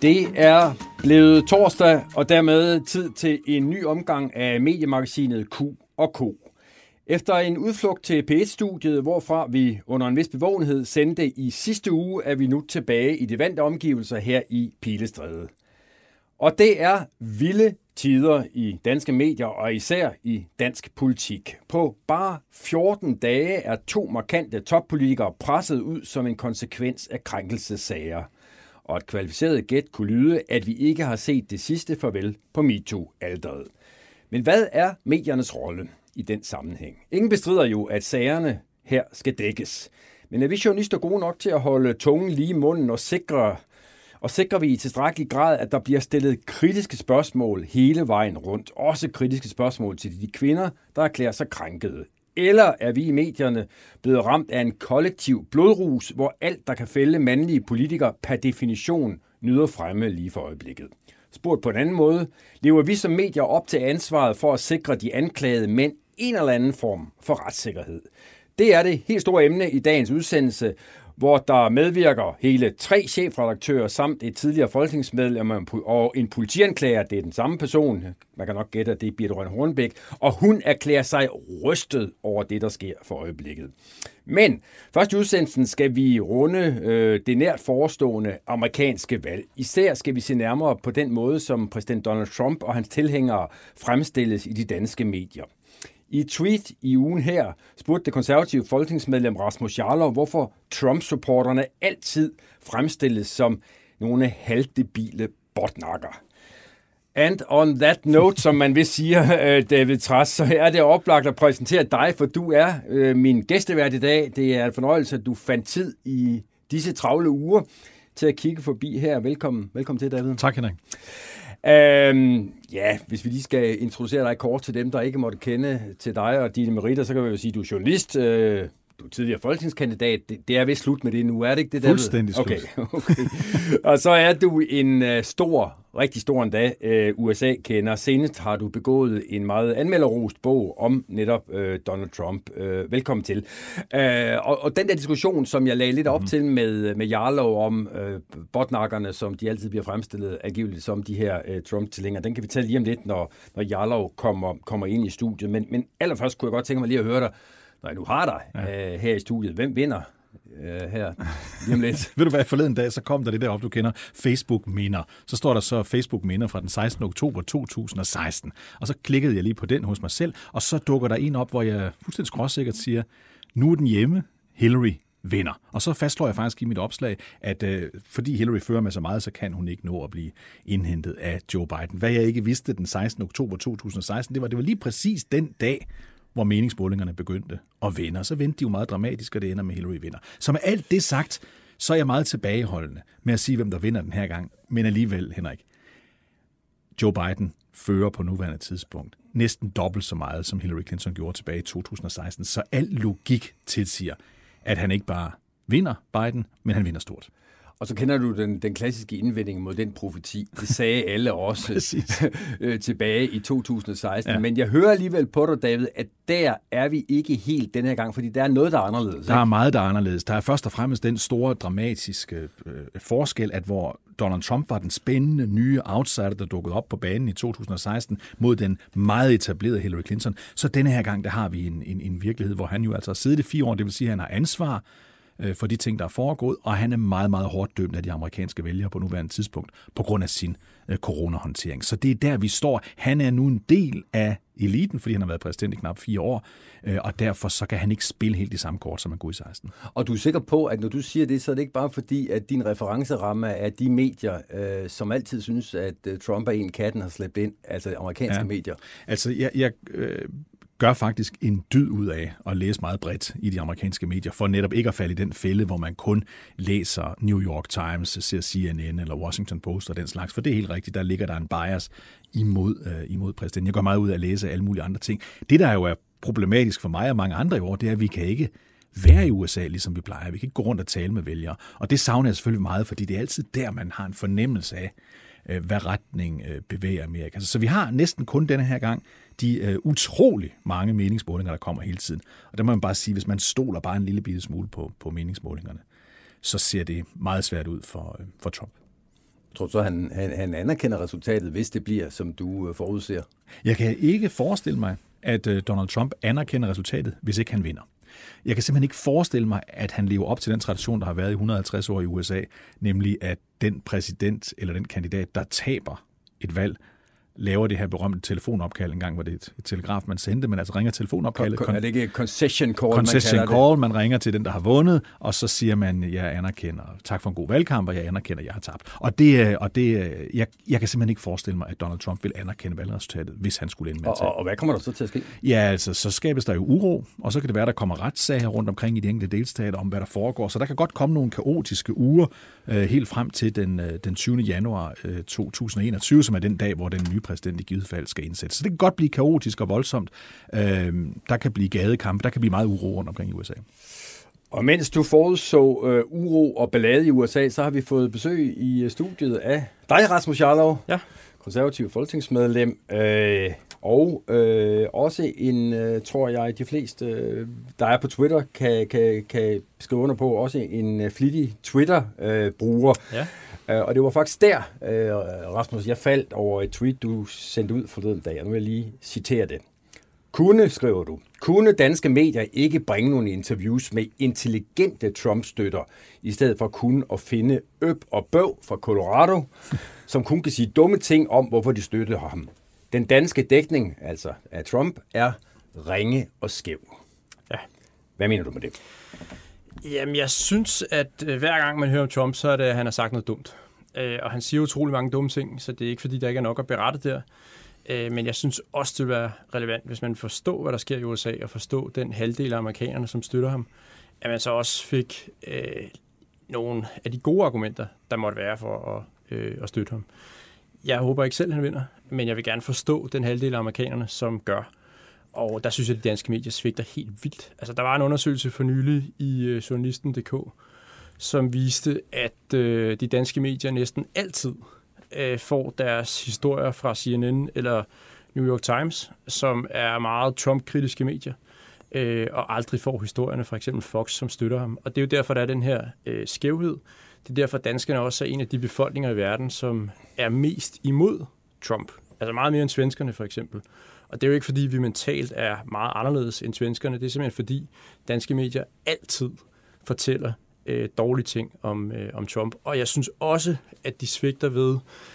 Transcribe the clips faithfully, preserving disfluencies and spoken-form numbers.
Det er blevet torsdag, og dermed tid til en ny omgang af mediemagasinet Q og K. Efter en udflugt til P et-studiet, hvorfra vi under en vis bevågenhed sendte i sidste uge, er vi nu tilbage i de vante omgivelser her i Pilestræde. Og det er vilde tider i danske medier, og især i dansk politik. På bare fjorten dage er to markante toppolitikere presset ud som en konsekvens af krænkelsessager. Og et kvalificeret gæt kunne lyde, at vi ikke har set det sidste farvel på MeToo-alteret. Men hvad er mediernes rolle i den sammenhæng? Ingen bestrider jo, at sagerne her skal dækkes. Men er vi journalister gode nok til at holde tungen lige i munden og sikre, og sikrer vi i tilstrækkelig grad, at der bliver stillet kritiske spørgsmål hele vejen rundt? Også kritiske spørgsmål til de kvinder, der erklærer sig krænkede. Eller er vi i medierne blevet ramt af en kollektiv blodrus, hvor alt, der kan fælde mandlige politikere, per definition nyder fremme lige for øjeblikket? Spurgt på en anden måde, lever vi som medier op til ansvaret for at sikre de anklagede mænd en eller anden form for retssikkerhed? Det er det helt store emne i dagens udsendelse, hvor der medvirker hele tre chefredaktører samt et tidligere folketingsmedlem og en politianklager. Det er den samme person. Man kan nok gætte, at det er Birthe Rønn Hornbech. Og hun erklærer sig rystet over det, der sker for øjeblikket. Men først i udsendelsen skal vi runde øh, det nært forestående amerikanske valg. Især skal vi se nærmere på den måde, som præsident Donald Trump og hans tilhængere fremstilles i de danske medier. I et tweet i ugen her spurgte det konservative folketingsmedlem Rasmus Jarlov, hvorfor Trump-supporterne altid fremstilles som nogle halvdebile botnakker. And on that note, som man vil sige, David Trads, så er det oplagt at præsentere dig, for du er øh, min gæstevært i dag. Det er en fornøjelse, at du fandt tid i disse travle uger til at kigge forbi her. Velkommen, velkommen til, David. Tak, Henrik. Øhm, ja, hvis vi lige skal introducere dig kort til dem, der ikke måtte kende til dig og dine meritter, så kan vi jo sige, at du er journalist, øh, du er tidligere folketingskandidat. Det, det er vist slut med det nu, er det ikke det, David? Fuldstændig slut. Okay, okay. Og så er du en uh, stor, rigtig stor endda, uh, U S A-kender. Senest har du begået en meget anmelderrost bog om netop uh, Donald Trump. Uh, velkommen til. Uh, og, og den der diskussion, som jeg lagde lidt op mm. til med, med Jarlov om uh, botnakkerne, som de altid bliver fremstillet angiveligt som de her uh, Trump-tilhængere, den kan vi tale lige om lidt, når, når Jarlov kommer, kommer ind i studiet. Men, men allerførst kunne jeg godt tænke mig lige at høre dig, når jeg nu har dig ja. uh, her i studiet. Hvem vinder uh, her lige om lidt? Ved du hvad, forleden dag, så kom der det deroppe, du kender, Facebook-minder. Så står der så Facebook-minder fra den sekstende oktober to tusind og seksten. Og så klikkede jeg lige på den hos mig selv, og så dukker der en op, hvor jeg fuldstændig skråsikkert siger, nu er den hjemme, Hillary vinder. Og så fastslår jeg faktisk i mit opslag, at øh, fordi Hillary fører med så meget, så kan hun ikke nå at blive indhentet af Joe Biden. Hvad jeg ikke vidste den sekstende oktober to tusind og seksten, det var, det var lige præcis den dag, hvor meningsmålingerne begyndte at vinde. Og så vendte de jo meget dramatisk, og det ender med Hillary vinder. Så med alt det sagt, så er jeg meget tilbageholdende med at sige, hvem der vinder den her gang. Men alligevel, Henrik, Joe Biden fører på nuværende tidspunkt næsten dobbelt så meget, som Hillary Clinton gjorde tilbage i to tusind og seksten. Så al logik tilsiger, at han ikke bare vinder Biden, men han vinder stort. Og så kender du den, den klassiske indvending mod den profeti. Det sagde alle også tilbage i to tusind og seksten. Ja. Men jeg hører alligevel på dig, David, at der er vi ikke helt den her gang, fordi der er noget, der er anderledes. Ikke? Der er meget, der er anderledes. Der er først og fremmest den store dramatiske øh, forskel, at hvor Donald Trump var den spændende nye outsider, der dukkede op på banen i to tusind og seksten mod den meget etablerede Hillary Clinton. Så denne her gang, der har vi en, en, en virkelighed, hvor han jo altså har siddet i fire år, det vil sige, at han har ansvar for de ting, der er foregået, og han er meget, meget hårdt dømt af de amerikanske vælgere på nuværende tidspunkt, på grund af sin øh, coronahåndtering. Så det er der, vi står. Han er nu en del af eliten, fordi han har været præsident i knap fire år, øh, og derfor så kan han ikke spille helt de samme kort, som han kunne i seksten. Og du er sikker på, at når du siger det, så er det ikke bare fordi, at din referenceramme er de medier, øh, som altid synes, at øh, Trump er en, katten har slæbt ind, altså amerikanske ja. medier. Altså, jeg... jeg øh, gør faktisk en dyd ud af at læse meget bredt i de amerikanske medier, for netop ikke at falde i den fælde, hvor man kun læser New York Times, ser C N N eller Washington Post og den slags, for det er helt rigtigt, der ligger der en bias imod, øh, imod præsidenten. Jeg går meget ud af at læse alle mulige andre ting. Det, der jo er problematisk for mig og mange andre i år, det er, at vi kan ikke være i U S A, ligesom vi plejer. Vi kan ikke gå rundt og tale med vælgere, og det savner jeg selvfølgelig meget, fordi det er altid der, man har en fornemmelse af, hvad retning bevæger Amerika. Så vi har næsten kun denne her gang de uh, utrolig mange meningsmålinger, der kommer hele tiden. Og der må man bare sige, hvis man stoler bare en lille bitte smule på, på meningsmålingerne, så ser det meget svært ud for, uh, for Trump. Tror du så, han, han, han anerkender resultatet, hvis det bliver, som du forudser? Jeg kan ikke forestille mig, at Donald Trump anerkender resultatet, hvis ikke han vinder. Jeg kan simpelthen ikke forestille mig, at han lever op til den tradition, der har været i et hundrede og halvtreds år i U S A, nemlig at den præsident eller den kandidat, der taber et valg, laver det her berømte telefonopkald. Engang var det et, et telegraf, man sendte, men altså ringer telefonopkaldet. Kon- er det ikke concession call, concession man call, man ringer til den, der har vundet, og så siger man, jeg anerkender, tak for en god valgkamp, og jeg anerkender, jeg har tabt. Og det, og det jeg, jeg kan simpelthen ikke forestille mig, at Donald Trump vil anerkende valgresultatet, hvis han skulle ende med at tage. Og, og hvad kommer der så til at ske? Ja, altså, så skabes der jo uro, og så kan det være, der kommer retssager rundt omkring i de enkelte delstater om, hvad der foregår. Så der kan godt komme nogle kaotiske uger øh, helt frem til den, øh, den tyvende januar øh, to tusind og enogtyve, som er den dag, hvor den nye præsident i givet fald skal indsættes. Så det kan godt blive kaotisk og voldsomt. Øh, der kan blive gadekampe, der kan blive meget uro rundt omkring i U S A. Og mens du forudså øh, uro og ballade i U S A, så har vi fået besøg i studiet af dig, Rasmus Jarlov, ja. konservativ folketingsmedlem, øh, og øh, også en, øh, tror jeg, de fleste, øh, der er på Twitter, kan, kan, kan skrive under på, også en øh, flittig Twitter-bruger. Øh, ja. Uh, og det var faktisk der, uh, Rasmus, jeg faldt over et tweet, du sendte ud forleden dag, og nu vil jeg lige citere det. Kunne, skriver du, kunne danske medier ikke bringe nogle interviews med intelligente Trump-støtter, i stedet for kun at finde øb og bøv fra Colorado, som kun kan sige dumme ting om, hvorfor de støtter ham. Den danske dækning, altså af Trump, er ringe og skæv. Ja. Hvad mener du med det? Jamen, jeg synes, at øh, hver gang man hører om Trump, så er det, at han har sagt noget dumt. Øh, og han siger utrolig mange dumme ting, så det er ikke, fordi der ikke er nok at berette der. Øh, men jeg synes også, det vil være relevant, hvis man forstår, hvad der sker i U S A, og forstår den halvdel af amerikanerne, som støtter ham, at man så også fik øh, nogle af de gode argumenter, der måtte være for at, øh, at støtte ham. Jeg håber ikke selv, han vinder, men jeg vil gerne forstå den halvdel af amerikanerne, som gør. Og der synes jeg, at de danske medier svigter helt vildt. Altså, der var en undersøgelse for nylig i øh, journalisten punktum d k, som viste, at øh, de danske medier næsten altid øh, får deres historier fra C N N eller New York Times, som er meget Trump-kritiske medier, øh, og aldrig får historierne fra eksempel Fox, som støtter ham. Og det er jo derfor, der er den her øh, skævhed. Det er derfor, danskerne også er en af de befolkninger i verden, som er mest imod Trump. Altså meget mere end svenskerne, for eksempel. Og det er jo ikke, fordi vi mentalt er meget anderledes end svenskerne. Det er simpelthen, fordi danske medier altid fortæller øh, dårlige ting om, øh, om Trump. Og jeg synes også, at de svigter ved,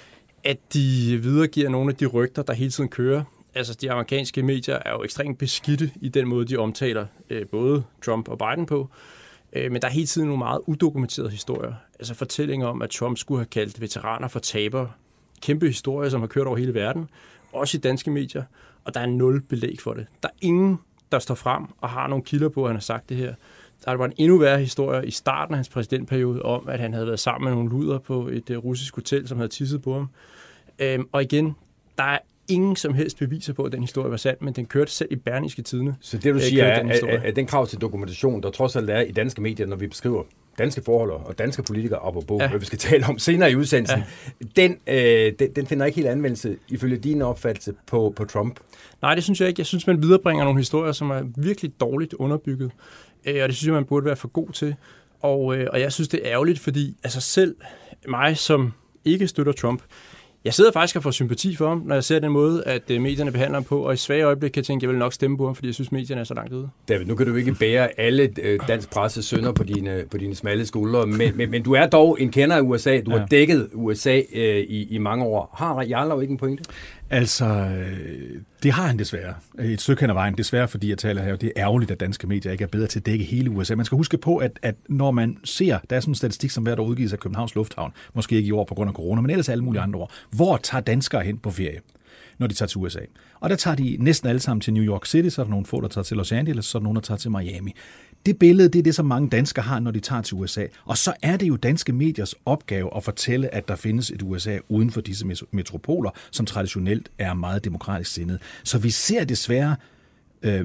at de videregiver nogle af de rygter, der hele tiden kører. Altså, de amerikanske medier er jo ekstremt beskidte i den måde, de omtaler øh, både Trump og Biden på. Øh, men der er hele tiden nogle meget udokumenterede historier. Altså fortællinger om, at Trump skulle have kaldt veteraner for tabere. Kæmpe historier, som har kørt over hele verden. Også i danske medier. Og der er nul belæg for det. Der er ingen, der står frem og har nogle kilder på, at han har sagt det her. Der var en endnu værre historie i starten af hans præsidentperiode om, at han havde været sammen med nogle luder på et uh, russisk hotel, som havde tisset på ham. Øhm, og igen, der er ingen som helst beviser på, at den historie var sand, men den kørte selv i Berlingske Tidende. Så det, du siger, er, den, er, er den krav til dokumentation, der trods alt er i danske medier, når vi beskriver danske forhold og danske politikere, apropos, ja. Hvad vi skal tale om senere i udsendelsen, ja. den, øh, den, den finder ikke helt anvendelse, ifølge din opfattelse, på, på Trump? Nej, det synes jeg ikke. Jeg synes, man viderebringer nogle historier, som er virkelig dårligt underbygget, øh, og det synes jeg, man burde være for god til. Og, øh, og jeg synes, det er ærgerligt, fordi altså selv mig, som ikke støtter Trump, jeg sidder faktisk og får sympati for ham, når jeg ser den måde, at medierne behandler ham på, og i svage øjeblik kan jeg tænke, at jeg vil nok stemme på ham, fordi jeg synes, medierne er så langt ude. David, nu kan du ikke bære alle øh, dansk presse sønder på dine, på dine smalle skuldre, men, men, men du er dog en kender af U S A. Du ja. har dækket U S A øh, i, i mange år. Har Jarlov ikke en pointe? Altså, det har han desværre. Et stykke hen ad vejen. Desværre, fordi jeg taler her, det er ærgerligt, at danske medier ikke er bedre til at dække hele U S A. Man skal huske på, at, at når man ser, der er sådan en statistik, som hvert år udgives af Københavns Lufthavn, måske ikke i år på grund af corona, men ellers alle mulige andre år. Hvor tager danskere hen på ferie, når de tager til U S A? Og der tager de næsten alle sammen til New York City, så er der nogle få, der tager til Los Angeles, så er der nogle, der tager til Miami. Det billede, det er det, som mange danskere har, når de tager til U S A. Og så er det jo danske mediers opgave at fortælle, at der findes et U S A uden for disse metropoler, som traditionelt er meget demokratisk sindet. Så vi ser desværre øh,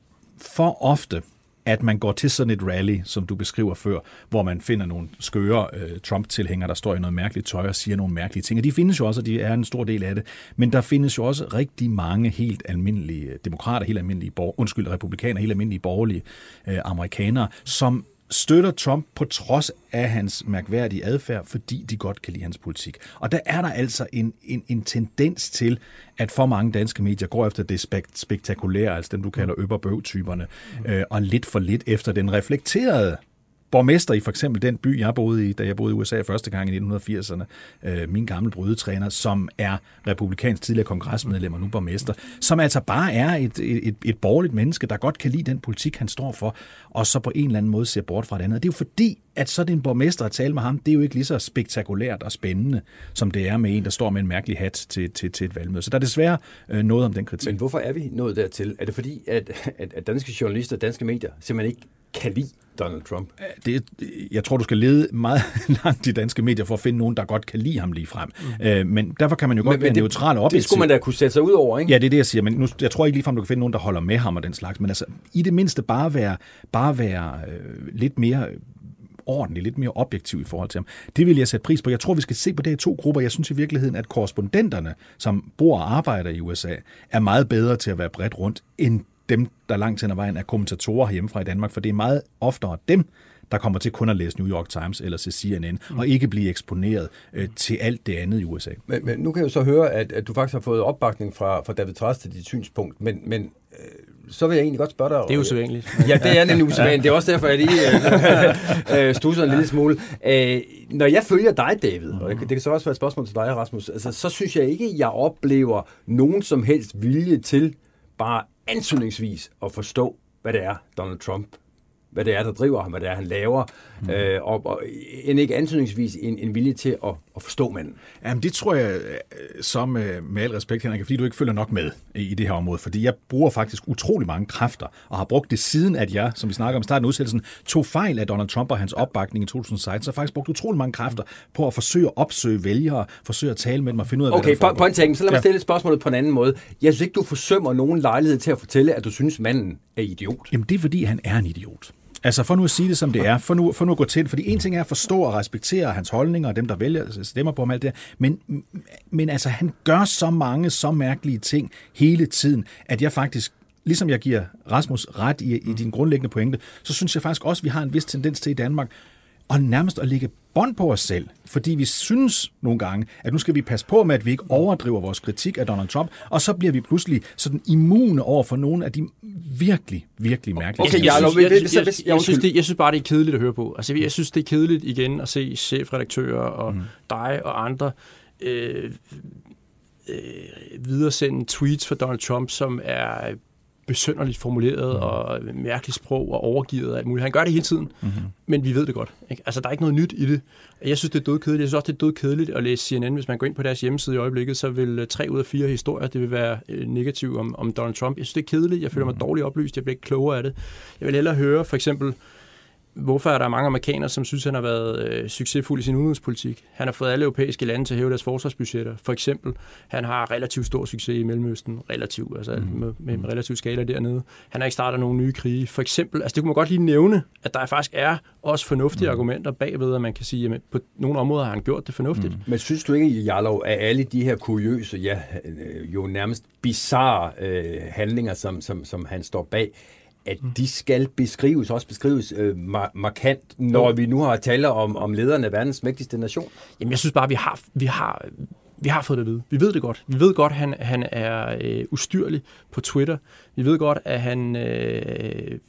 for ofte, at man går til sådan et rally, som du beskriver før, hvor man finder nogle skøre øh, Trump-tilhængere, der står i noget mærkeligt tøj og siger nogle mærkelige ting. Og de findes jo også, og de er en stor del af det. Men der findes jo også rigtig mange helt almindelige demokrater, helt almindelige borg- undskyld, republikanere, helt almindelige borgerlige øh, amerikanere, som støtter Trump på trods af hans mærkværdige adfærd, fordi de godt kan lide hans politik. Og der er der altså en, en, en tendens til, at for mange danske medier går efter det spek- spektakulære, altså dem du kalder øpper-bøv-typerne, øh, og lidt for lidt efter den reflekterede borgmester i for eksempel den by, jeg boede i, da jeg boede i U S A første gang i nitten firserne, øh, min gamle brydetræner, som er republikansk tidligere kongresmedlem og nu borgmester, som altså bare er et, et, et borgerligt menneske, der godt kan lide den politik, han står for, og så på en eller anden måde ser bort fra det andet. Det er jo fordi, at så den borgmester at tale med ham, det er jo ikke lige så spektakulært og spændende, som det er med en, der står med en mærkelig hat til, til, til et valgmøde. Så der er desværre øh, noget om den kritik. Men hvorfor er vi nået dertil? Er det fordi, at, at, at danske journalister og danske medier simpelthen ikke kan lide Donald Trump? Det, jeg tror, du skal lede meget langt i danske medier for at finde nogen, der godt kan lide ham lige frem. Mm. Øh, men derfor kan man jo godt men, være neutral og objektiv. Det skulle man da kunne sætte sig ud over, ikke? Ja, det er det, jeg siger. Men nu, jeg tror ikke ligefrem, du kan finde nogen, der holder med ham og den slags. Men altså, i det mindste bare være, bare være øh, lidt mere ordentlig, lidt mere objektiv i forhold til ham. Det vil jeg sætte pris på. Jeg tror, vi skal se på det i to grupper. Jeg synes i virkeligheden, at korrespondenterne, som bor og arbejder i U S A, er meget bedre til at være bredt rundt, end dem, der langt hen ad vejen er kommentatorer hjemmefra i Danmark, for det er meget oftere dem, der kommer til kun at læse New York Times eller C N N, mm. og ikke blive eksponeret øh, til alt det andet i U S A. Men, men nu kan jeg jo så høre, at, at du faktisk har fået opbakning fra, fra David Trads til dit synspunkt, men, men øh, så vil jeg egentlig godt spørge dig... Det er usædvanligt. Ja, det er nemlig usædvanligt. Det er også derfor, at jeg lige øh, stusser en lille smule. Øh, når jeg følger dig, David, og det, det kan så også være et spørgsmål til dig, Rasmus, altså, så synes jeg ikke, at jeg oplever nogen som helst vilje til bare antydningsvis at forstå, hvad det er, Donald Trump, hvad det er, der driver ham, hvad det er, han laver, mm. øh, og, og end ikke antydningsvis en, en vilje til at, at forstå manden. Jamen, det tror jeg så med, med al respekt, Henrik, fordi du ikke følger nok med i, i det her område, fordi jeg bruger faktisk utrolig mange kræfter, og har brugt det siden, at jeg, som vi snakker om i starten af udsendelsen, tog fejl af Donald Trump og hans opbakning i to tusind og seksten, så har jeg faktisk brugt utrolig mange kræfter på at forsøge at opsøge vælgere, forsøge at tale med dem og finde ud af, okay, hvad der point taken. Så lad mig stille et spørgsmål på en anden måde. Jeg synes ikke, du forsømmer nogen lejlighed til at fortælle, at du synes, manden er idiot. Jamen, det er fordi, han er en idiot. Altså for nu at sige det, som det er, for nu, for nu at gå til, fordi en ting er at forstå og respektere hans holdninger og dem, der vælger stemmer på ham alt det her, men, men altså han gør så mange, så mærkelige ting hele tiden, at jeg faktisk, ligesom jeg giver Rasmus ret i, i din grundlæggende pointe, så synes jeg faktisk også, at vi har en vis tendens til i Danmark, og nærmest at lægge bånd på os selv, fordi vi synes nogle gange, at nu skal vi passe på med, at vi ikke overdriver vores kritik af Donald Trump, og så bliver vi pludselig sådan immune over for nogle af de virkelig, virkelig mærkelige okay, jeg, jeg, jeg, jeg, jeg, jeg, synes, det, jeg synes bare, det er kedeligt at høre på. Altså, jeg synes, det er kedeligt igen at se chefredaktører og mm. dig og andre øh, øh, videresende tweets fra Donald Trump, som er besynderligt formuleret mm. og mærkeligt sprog og overgivet og alt muligt. Han gør det hele tiden, mm-hmm. men vi ved det godt. Ikke? Altså, der er ikke noget nyt i det. Jeg synes, det er dødkedeligt. Jeg synes også, det er dødkedeligt at læse C N N. Hvis man går ind på deres hjemmeside i øjeblikket, så vil tre ud af fire historier, det vil være negative om, om Donald Trump. Jeg synes, det er kedeligt. Jeg føler mig dårligt oplyst. Jeg bliver ikke klogere af det. Jeg vil hellere høre, for eksempel, hvorfor er der mange amerikanere, som synes, han har været øh, succesfuld i sin udenrigspolitik. Han har fået alle europæiske lande til at hæve deres forsvarsbudgetter. For eksempel, han har relativt stor succes i Mellemøsten. Relativt, altså mm. med, med en relativ skala dernede. Han har ikke startet nogen nye krige. For eksempel, altså det kunne man godt lige nævne, at der faktisk er også fornuftige mm. argumenter bagved, at man kan sige, at på nogle områder har han gjort det fornuftigt. Mm. Men synes du ikke, Jarlov, at alle de her kuriøse, ja, jo nærmest bizarre øh, handlinger, som, som, som han står bag, at de skal beskrives, også beskrives øh, mar- markant, når vi nu har talt om, om lederne af verdens mægtigste nation? Jamen, jeg synes bare, vi har, vi har, vi har fået det at vide. Vi ved det godt. Vi ved godt, at han, han er øh, ustyrlig på Twitter. Vi ved godt, at han øh,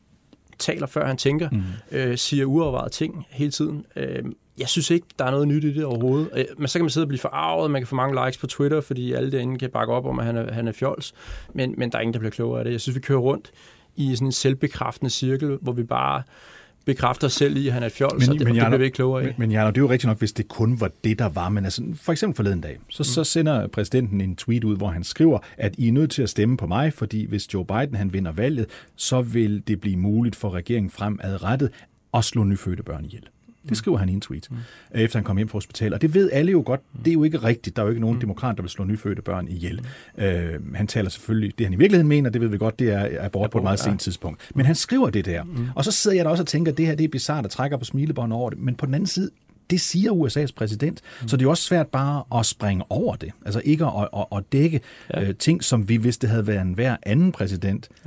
taler, før han tænker, mm. øh, siger uovervejede ting hele tiden. Øh, jeg synes ikke, der er noget nyt i det overhovedet. Øh, men så kan man sidde og blive forarvet, man kan få mange likes på Twitter, fordi alle derinde kan bakke op om, at han er, han er fjols. Men, men der er ingen, der bliver klogere af det. Jeg synes, vi kører rundt i sådan en selvbekræftende cirkel, hvor vi bare bekræfter os selv i, at han er et fjols, men, og det, men, og det bliver vi ikke klogere af. Men, men Jarno, det er jo rigtigt nok, hvis det kun var det, der var. Men altså, for eksempel forleden dag, så, mm. så sender præsidenten en tweet ud, hvor han skriver, at I er nødt til at stemme på mig, fordi hvis Joe Biden han vinder valget, så vil det blive muligt for regeringen fremadrettet at slå nyfødte børn ihjel. Det skriver han i en tweet, mm. efter han kom hjem fra hospitalet. Og det ved alle jo godt, det er jo ikke rigtigt. Der er jo ikke nogen mm. demokrat, der vil slå nyfødte børn ihjel. Mm. Øh, han taler selvfølgelig, det han i virkeligheden mener, det ved vi godt, det er abort på et meget sent tidspunkt. Men han skriver det der. Mm. Og så sidder jeg der også og tænker, at det her det er bizarrt, der trækker på smilebånd over det. Men på den anden side, det siger U S A's præsident. Mm. Så det er jo også svært bare at springe over det. Altså ikke at, at, at dække ja. øh, ting, som vi, hvis det havde været en hver anden præsident, ja.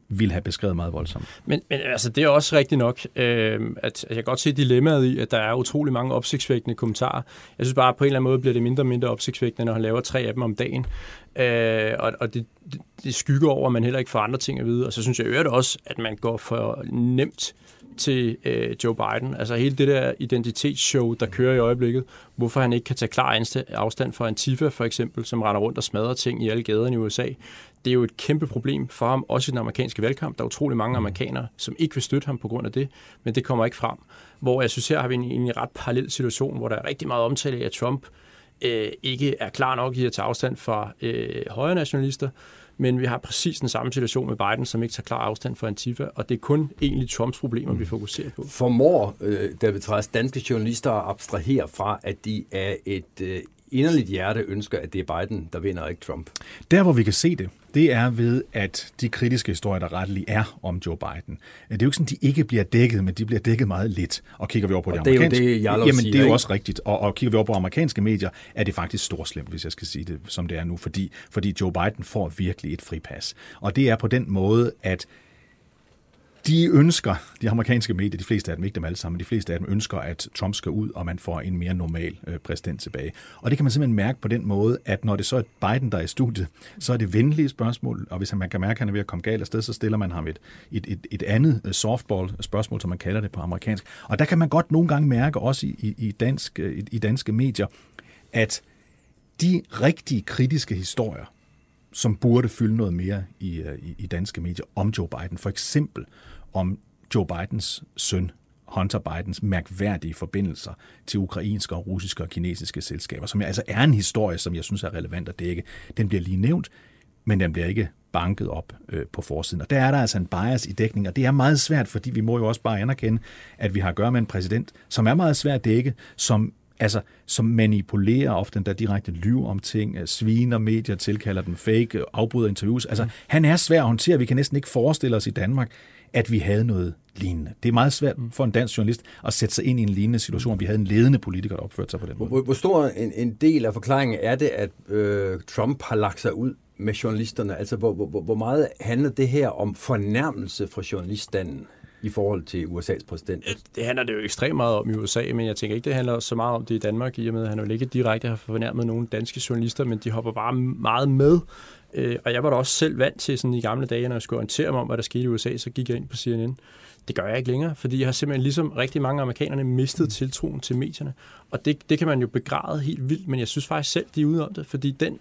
ville have beskrevet meget voldsomt. Men, men altså, det er også rigtigt nok, øh, at jeg kan godt se dilemmaet i, at der er utrolig mange opsigtsvækkende kommentarer. Jeg synes bare, at på en eller anden måde bliver det mindre og mindre opsigtsvækkende, når han laver tre af dem om dagen. Øh, og og det, det, det skygger over, at man heller ikke får andre ting at vide. Og så synes jeg øvrigt også, at man går for nemt til øh, Joe Biden. Altså hele det der identitetsshow, der kører i øjeblikket, hvorfor han ikke kan tage klar afstand fra Antifa, for eksempel, som render rundt og smadrer ting i alle gaderne i U S A. Det er jo et kæmpe problem for ham, også i den amerikanske valgkamp. Der er utrolig mange amerikanere, som ikke vil støtte ham på grund af det, men det kommer ikke frem. Hvor jeg synes, her har vi en, en ret parallel situation, hvor der er rigtig meget omtale af, at Trump øh, ikke er klar nok i at tage afstand fra øh, højre nationalister, men vi har præcis den samme situation med Biden, som ikke tager klar afstand fra Antifa, og det er kun egentlig Trumps problemer, vi fokuserer på. Formår øh, David Trads danske journalister at abstrahere fra, at de er et øh, inderligt hjerte ønsker, at det er Biden, der vinder, ikke Trump? Der, hvor vi kan se det, det er ved, at de kritiske historier, der retteligt er om Joe Biden, det er jo ikke sådan, de ikke bliver dækket, men de bliver dækket meget lidt. Og kigger vi over på de amerikanske... Det er jo det, Jarlov jamen, siger, det er jo ikke? også rigtigt. Og, og kigger vi over på amerikanske medier, er det faktisk storslemt, hvis jeg skal sige det, som det er nu, fordi, fordi Joe Biden får virkelig et fripas. Og det er på den måde, at de ønsker, de amerikanske medier, de fleste af dem, ikke dem alle sammen, de fleste af dem ønsker, at Trump skal ud, og man får en mere normal øh, præsident tilbage. Og det kan man simpelthen mærke på den måde, at når det så er Biden, der er i studiet, så er det venlige spørgsmål, og hvis man kan mærke, at han er ved at komme galt afsted, så stiller man ham et, et, et, et andet softball-spørgsmål, som man kalder det på amerikansk. Og der kan man godt nogle gange mærke, også i, i, dansk, i, i danske medier, at de rigtig kritiske historier, som burde fylde noget mere i, i, i danske medier om Joe Biden, for eksempel om Joe Bidens søn, Hunter Bidens mærkværdige forbindelser til ukrainske og russiske og kinesiske selskaber, som altså er en historie, som jeg synes er relevant at dække. Den bliver lige nævnt, men den bliver ikke banket op øh, på forsiden. Og der er der altså en bias i dækning, og det er meget svært, fordi vi må jo også bare anerkende, at vi har at gøre med en præsident, som er meget svært at dække, som Altså, som manipulerer ofte, der direkte lyver om ting, sviner medier, tilkalder den fake, afbryder interviews. Altså, mm. han er svær at håndtere. Vi kan næsten ikke forestille os i Danmark, at vi havde noget lignende. Det er meget svært for en dansk journalist at sætte sig ind i en lignende situation. Vi havde en ledende politiker, der opførte sig på den måde. Hvor, hvor stor en, en del af forklaringen er det, at øh, Trump har lagt sig ud med journalisterne? Altså, hvor, hvor, hvor meget handler det her om fornærmelse fra journaliststanden i forhold til U S A's præsident? Det handler det jo ekstremt meget om i U S A, men jeg tænker ikke, det handler så meget om det i Danmark, i og med, at han jo ikke direkte har fornærmet nogle danske journalister, men de hopper bare meget med. Og jeg var da også selv vant til sådan i gamle dage, når jeg skulle orientere mig om, hvad der skete i U S A, så gik jeg ind på C N N. Det gør jeg ikke længere, fordi jeg har simpelthen ligesom rigtig mange amerikanerne mistet tiltroen til medierne. Og det, det kan man jo begræde helt vildt, men jeg synes faktisk selv, de er ude om det, fordi den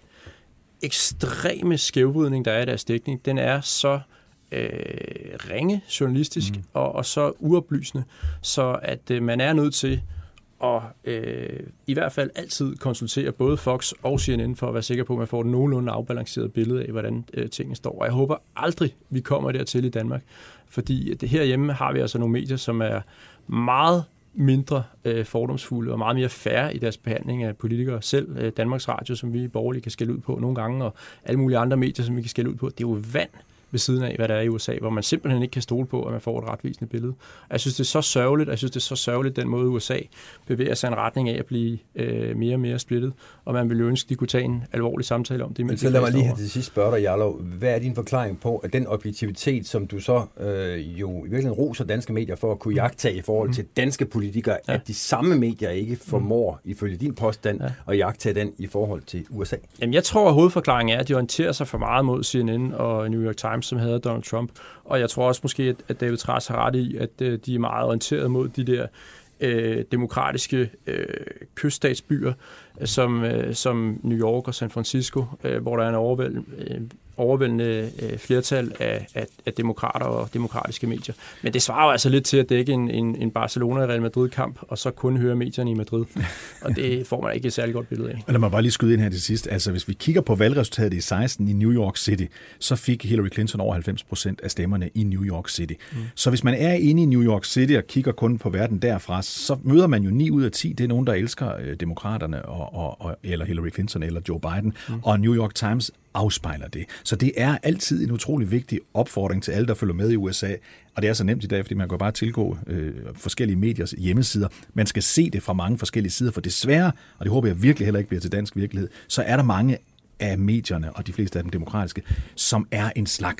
ekstreme skævvridning, der er i deres dækning, den er så Øh, ringe journalistisk mm. og, og så uoplysende, så at øh, man er nødt til at øh, i hvert fald altid konsultere både Fox og C N N for at være sikker på, at man får et nogenlunde afbalanceret billede af, hvordan øh, tingene står. Og jeg håber aldrig, vi kommer dertil i Danmark, fordi det herhjemme har vi altså nogle medier, som er meget mindre øh, fordomsfulde og meget mere fair i deres behandling af politikere. Selv øh, Danmarks Radio, som vi borgerlige kan skælde ud på nogle gange, og alle mulige andre medier, som vi kan skælde ud på, det er jo vand ved siden af, hvad der er i U S A, hvor man simpelthen ikke kan stole på, at man får et retvisende billede. Og jeg synes, det er så sørgeligt, og jeg synes, det er så sørgeligt, den måde U S A bevæger sig i en retning af at blive øh, mere og mere splittet, og man ville ønske, de kunne tage en alvorlig samtale om det. Men så lad mig lige her til sidst spørge dig, Jarlov. Hvad er din forklaring på, at den objektivitet, som du så øh, jo i virkeligheden roser danske medier for at kunne jagtage i forhold til danske politikere, ja. At de samme medier ikke formår, ifølge din påstand, ja. At jagtage den i forhold til U S A? Jamen, jeg tror, at hovedforklaringen er, at de orienterer sig for meget mod C N N og New York Times, som hedder Donald Trump. Og jeg tror også måske, at David Trads har ret i, at øh, de er meget orienteret mod de der øh, demokratiske øh, kyststatsbyer, som, øh, som New York og San Francisco, øh, hvor der er en overvæld, øh, overvældende øh, flertal af, af, af demokrater og demokratiske medier. Men det svarer jo altså lidt til at dække en, en, en Barcelona-Real Madrid-kamp, og så kun høre medierne i Madrid. Og det får man ikke et særligt godt billede af. Lad mig bare lige skyde ind her til sidst. Altså, hvis vi kigger på valgresultatet i seksten i New York City, så fik Hillary Clinton over halvfems procent af stemmerne i New York City. Mm. Så hvis man er inde i New York City og kigger kun på verden derfra, så møder man jo ni ud af ti. Det er nogen, der elsker øh, demokraterne, og, og, og, eller Hillary Clinton, eller Joe Biden. Mm. Og New York Times afspejler det. Så det er altid en utrolig vigtig opfordring til alle, der følger med i U S A. Og det er så nemt i dag, fordi man kan bare tilgå øh, forskellige mediers hjemmesider. Man skal se det fra mange forskellige sider, for desværre, og det håber jeg virkelig heller ikke bliver til dansk virkelighed, så er der mange af medierne, og de fleste af dem demokratiske, som er en slags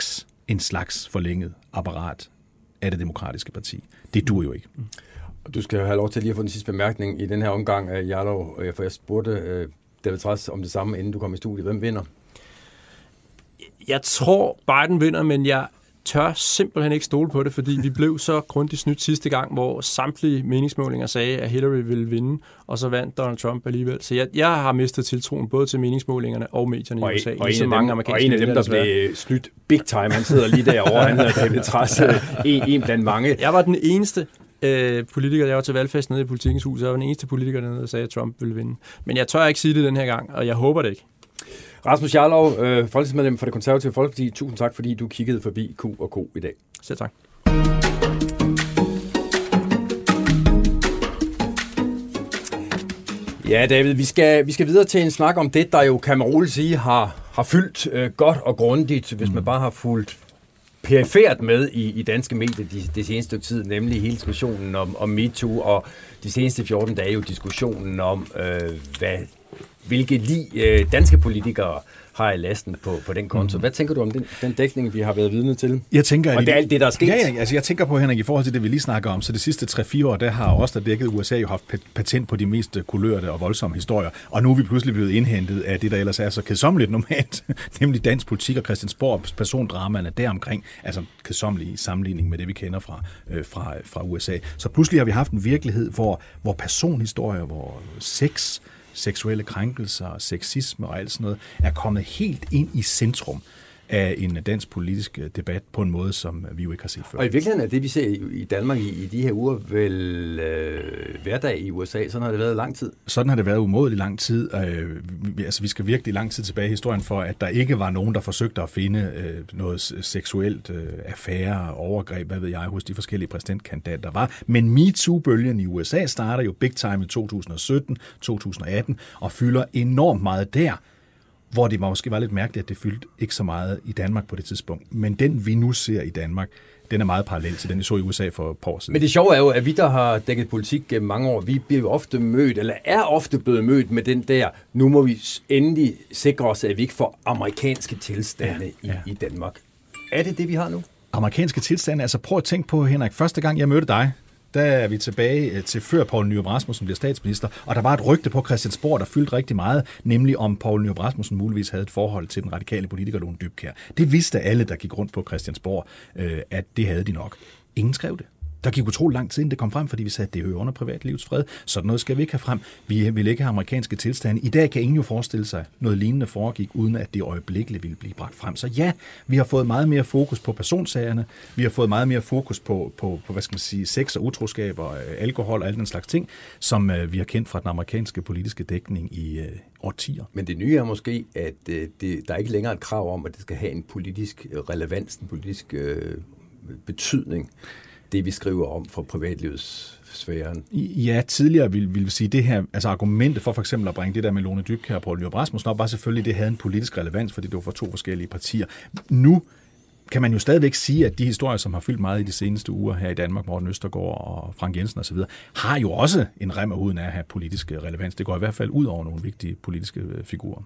en slags forlænget apparat af det demokratiske parti. Det duer jo ikke. Du skal have lov til lige at få den sidste bemærkning i den her omgang af Jarlov, for jeg spurgte uh, David Trads om det samme, inden du kom i studiet. Hvem vinder? Jeg tror, Biden vinder, men jeg tør simpelthen ikke stole på det, fordi vi blev så grundigt snydt sidste gang, hvor samtlige meningsmålinger sagde, at Hillary ville vinde, og så vandt Donald Trump alligevel. Så jeg, jeg har mistet tiltroen både til meningsmålingerne og medierne og i U S A. Og, en, mange dem, og en af dem, der blev snydt big time, han sidder lige derovre, han hedder David Trads, en, en blandt mange. Jeg var den eneste øh, politiker, jeg var til valgfest nede i Politikens Hus, jeg var den eneste politiker dernede, der sagde, at Trump ville vinde. Men jeg tør ikke sige det den her gang, og jeg håber det ikke. Rasmus Jarlov, øh, folketingsmedlem for Det Konservative Folkeparti, tusind tak, fordi du kiggede forbi Q og K i dag. Selv tak. Ja, David, vi skal, vi skal videre til en snak om det, der jo, kan man roligt sige, har, har fyldt øh, godt og grundigt, hvis man bare har fulgt perifert med i, i danske medier de, de seneste stykke tid, nemlig hele diskussionen om, om MeToo, og de seneste fjorten dage jo diskussionen om, øh, hvad, hvilke lig øh, danske politikere har i lasten på, på den konto. Hvad tænker du om den, den dækning, vi har været vidne til? Jeg tænker, og det er alt det, der er sket? Ja, ja, altså jeg tænker på, Henrik, i forhold til det, vi lige snakker om, så de sidste tre fire år, der har også der dækket U S A jo haft patent på de mest kulørte og voldsomme historier, og nu er vi pludselig blevet indhentet af det, der ellers er så kedsommeligt normalt, nemlig dansk politik og Christiansborgs persondramaerne deromkring, altså kedsommelige i sammenligning med det, vi kender fra, øh, fra, fra U S A. Så pludselig har vi haft en virkelighed, hvor, hvor personhistorier, hvor sex, seksuelle krænkelser, sexisme og alt sådan noget, er kommet helt ind i centrum af en dansk politisk debat på en måde, som vi jo ikke har set før. Og i virkeligheden er det, vi ser i Danmark i, i de her uger, vel øh, hverdag i U S A. Sådan har det været lang tid. Sådan har det været umådelig lang tid. Øh, vi, altså, vi skal virkelig lang tid tilbage i historien for, at der ikke var nogen, der forsøgte at finde øh, noget seksuelt øh, affære, overgreb, hvad ved jeg, hos de forskellige præsidentkandidater, der var. Men MeToo-bølgen i U S A starter jo big time i to tusind og sytten, to tusind og atten og fylder enormt meget der, hvor det måske var lidt mærkeligt, at det fyldte ikke så meget i Danmark på det tidspunkt. Men den, vi nu ser i Danmark, den er meget parallel til den, vi så i U S A for et par år siden. Men det sjove er jo, at vi, der har dækket politik gennem mange år, vi bliver jo ofte mødt, eller er ofte blevet mødt med den der, nu må vi endelig sikre os, at vi ikke får amerikanske tilstande ja, ja. I, i Danmark. Er det det, vi har nu? Amerikanske tilstande? Altså prøv at tænke på, Henrik, første gang jeg mødte dig, der er vi tilbage til før Poul Nyrup Rasmussen bliver statsminister, og der var et rygte på Christiansborg, der fyldte rigtig meget, nemlig om Poul Nyrup Rasmussen muligvis havde et forhold til den radikale politiker Lone Dybkjær. Det vidste alle, der gik rundt på Christiansborg, at det havde de nok. Ingen skrev det. Der gik utrolig lang tid, inden det kom frem, fordi vi sagde, at det hører under privatlivets fred. Sådan noget skal vi ikke have frem. Vi vil ikke have amerikanske tilstande. I dag kan ingen jo forestille sig, noget lignende foregik, uden at det øjeblikkeligt ville blive bragt frem. Så ja, vi har fået meget mere fokus på personsagerne. Vi har fået meget mere fokus på, på, på hvad skal man sige, sex og utroskab og alkohol og alle den slags ting, som uh, vi har kendt fra den amerikanske politiske dækning i uh, årtier. Men det nye er måske, at uh, det, der er ikke længere et krav om, at det skal have en politisk relevans, en politisk uh, betydning, det vi skriver om fra privatlivets sfæren. Ja, tidligere vil, vil vi sige det her, altså argumentet for for eksempel at bringe det der med Lone Dybkjær og Poul Nyrup Rasmussen op, var selvfølgelig, det havde en politisk relevans, fordi det var for to forskellige partier. Nu kan man jo stadigvæk sige, at de historier, som har fyldt meget i de seneste uger her i Danmark, Morten Østergaard og Frank Jensen osv., har jo også en rem af huden af at have politisk relevans. Det går i hvert fald ud over nogle vigtige politiske figurer.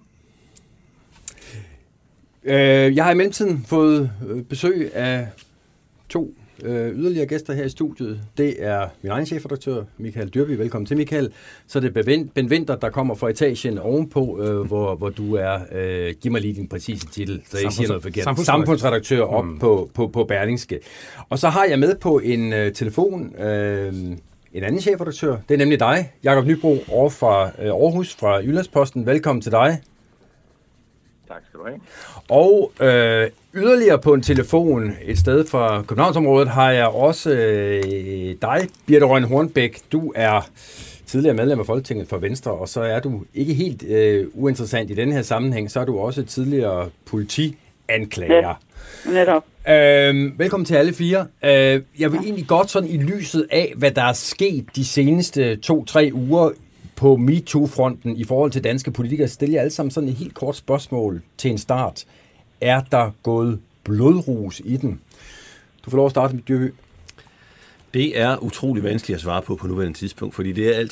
Jeg har i mellemtiden fået besøg af to yderligere gæster her i studiet. Det er min egen chefredaktør, Michael Dyrby. Velkommen til, Michael. Så det er Ben Winther, der kommer fra etagen ovenpå, øh, hvor, hvor du er, øh, giv mig lige din præcise titel, så jeg ikke siger noget forkert. Samfundsredaktør, Samfundsredaktør op mm. på, på, på Berlingske. Og så har jeg med på en øh, telefon øh, en anden chefredaktør. Det er nemlig dig, Jakob Nybro, over fra øh, Aarhus, fra Jyllandsposten. Velkommen til dig. Tak skal du have. Og øh, yderligere på en telefon et sted fra Københavnsområdet har jeg også øh, dig, Birthe Rønn Hornbech. Du er tidligere medlem af Folketinget for Venstre, og så er du ikke helt øh, uinteressant i denne her sammenhæng, så er du også tidligere politianklager. Ja, netop. Øh, velkommen til alle fire. Øh, jeg vil egentlig godt sådan i lyset af, hvad der er sket de seneste to-tre uger på MeToo-fronten i forhold til danske politikere, stiller jeg alle sammen sådan et helt kort spørgsmål til en start. Er der gået blodrus i den? Du får lov at starte med Dyrby. Det er utrolig vanskeligt at svare på på nuværende tidspunkt, fordi det er altid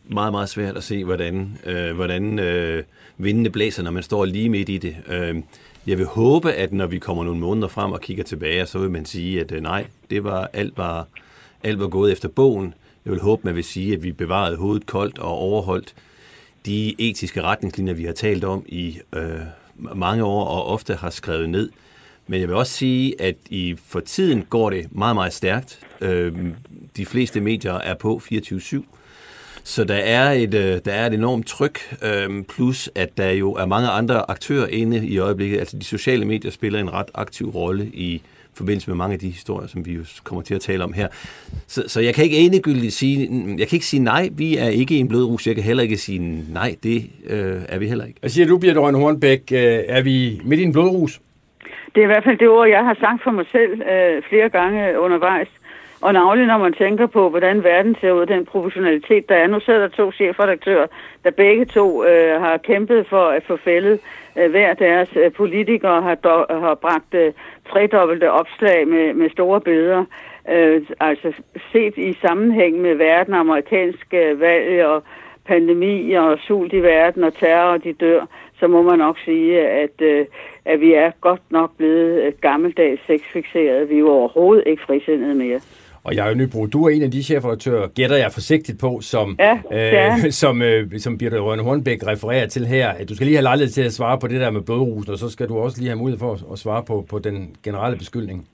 meget, meget svært at se, hvordan, øh, hvordan øh, vindene blæser, når man står lige midt i det. Øh, jeg vil håbe, at når vi kommer nogle måneder frem og kigger tilbage, så vil man sige, at øh, nej, det var alt, var alt var gået efter bogen. Jeg vil håbe, man vil sige, at vi bevarede hovedet koldt og overholdt de etiske retningslinjer, vi har talt om i øh, mange år og ofte har skrevet ned. Men jeg vil også sige, at i for tiden går det meget, meget stærkt. Øh, de fleste medier er på fireogtyve syv. Så der er et, der er et enormt tryk, øh, plus at der jo er mange andre aktører inde i øjeblikket. Altså de sociale medier spiller en ret aktiv rolle i forbindelse med mange af de historier, som vi jo kommer til at tale om her. Så, så jeg kan ikke endegyldigt sige, jeg kan ikke sige nej, vi er ikke i en blodrus. Jeg kan heller ikke sige nej, det øh, er vi heller ikke. Hvad siger du, Birthe Rønne Hornbech? Er vi midt i en blodrus? Det er i hvert fald det ord, jeg har sagt for mig selv øh, flere gange undervejs. Og navnlig når man tænker på, hvordan verden ser ud, den professionalitet, der er. Nu sidder der to chefredaktører, der begge to øh, har kæmpet for at få fældet øh, hver deres øh, politikere, har, do, har bragt øh, tredobbelte opslag med, med store billeder. Øh, altså set i sammenhæng med verden, amerikanske øh, valg og pandemi og sult i verden og terror, og de dør, så må man nok sige, at, øh, at vi er godt nok blevet øh, gammeldags sexfixeret. Vi er jo overhovedet ikke frisindede mere. Og jeg er jo Nybro, du er en af de chefredaktører, gætter jeg forsigtigt på, som, ja, øh, som, øh, som Birthe Rønne Hornbech refererer til her. Du skal lige have lejlighed til at svare på det der med blodrusen, og så skal du også lige have mulighed for at, at svare på, på den generelle beskyldning.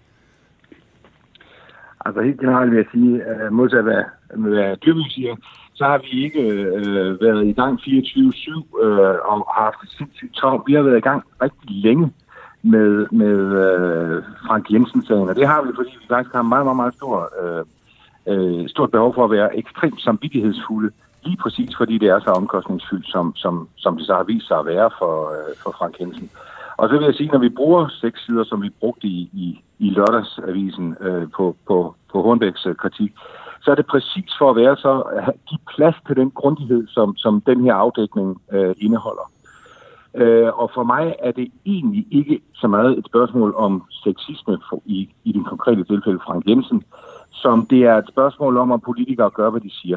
Altså helt generelt vil jeg sige, at modsat hvad, hvad Dyrby siger, så har vi ikke øh, været i gang fireogtyve syv øh, og har haft sindssygt travlt. Vi har været i gang rigtig længe med, med øh, Frank Jensen-sagen, og det har vi, fordi vi faktisk har meget, meget, meget stor, øh, øh, stort behov for at være ekstremt samvittighedsfulde, lige præcis fordi det er så omkostningsfyldt, som, som, som det så har vist sig at være for, øh, for Frank Jensen. Og så vil jeg sige, når vi bruger seks sider, som vi brugte i, i, i lørdagsavisen øh, på, på, på Hornbechs øh, kritik, så er det præcis for at være så at give plads til den grundighed, som, som den her afdækning øh, indeholder. Øh, og for mig er det egentlig ikke så meget et spørgsmål om sexisme for, i, i den konkrete tilfælde Frank Jensen, som det er et spørgsmål om, at politikere gør, hvad de siger.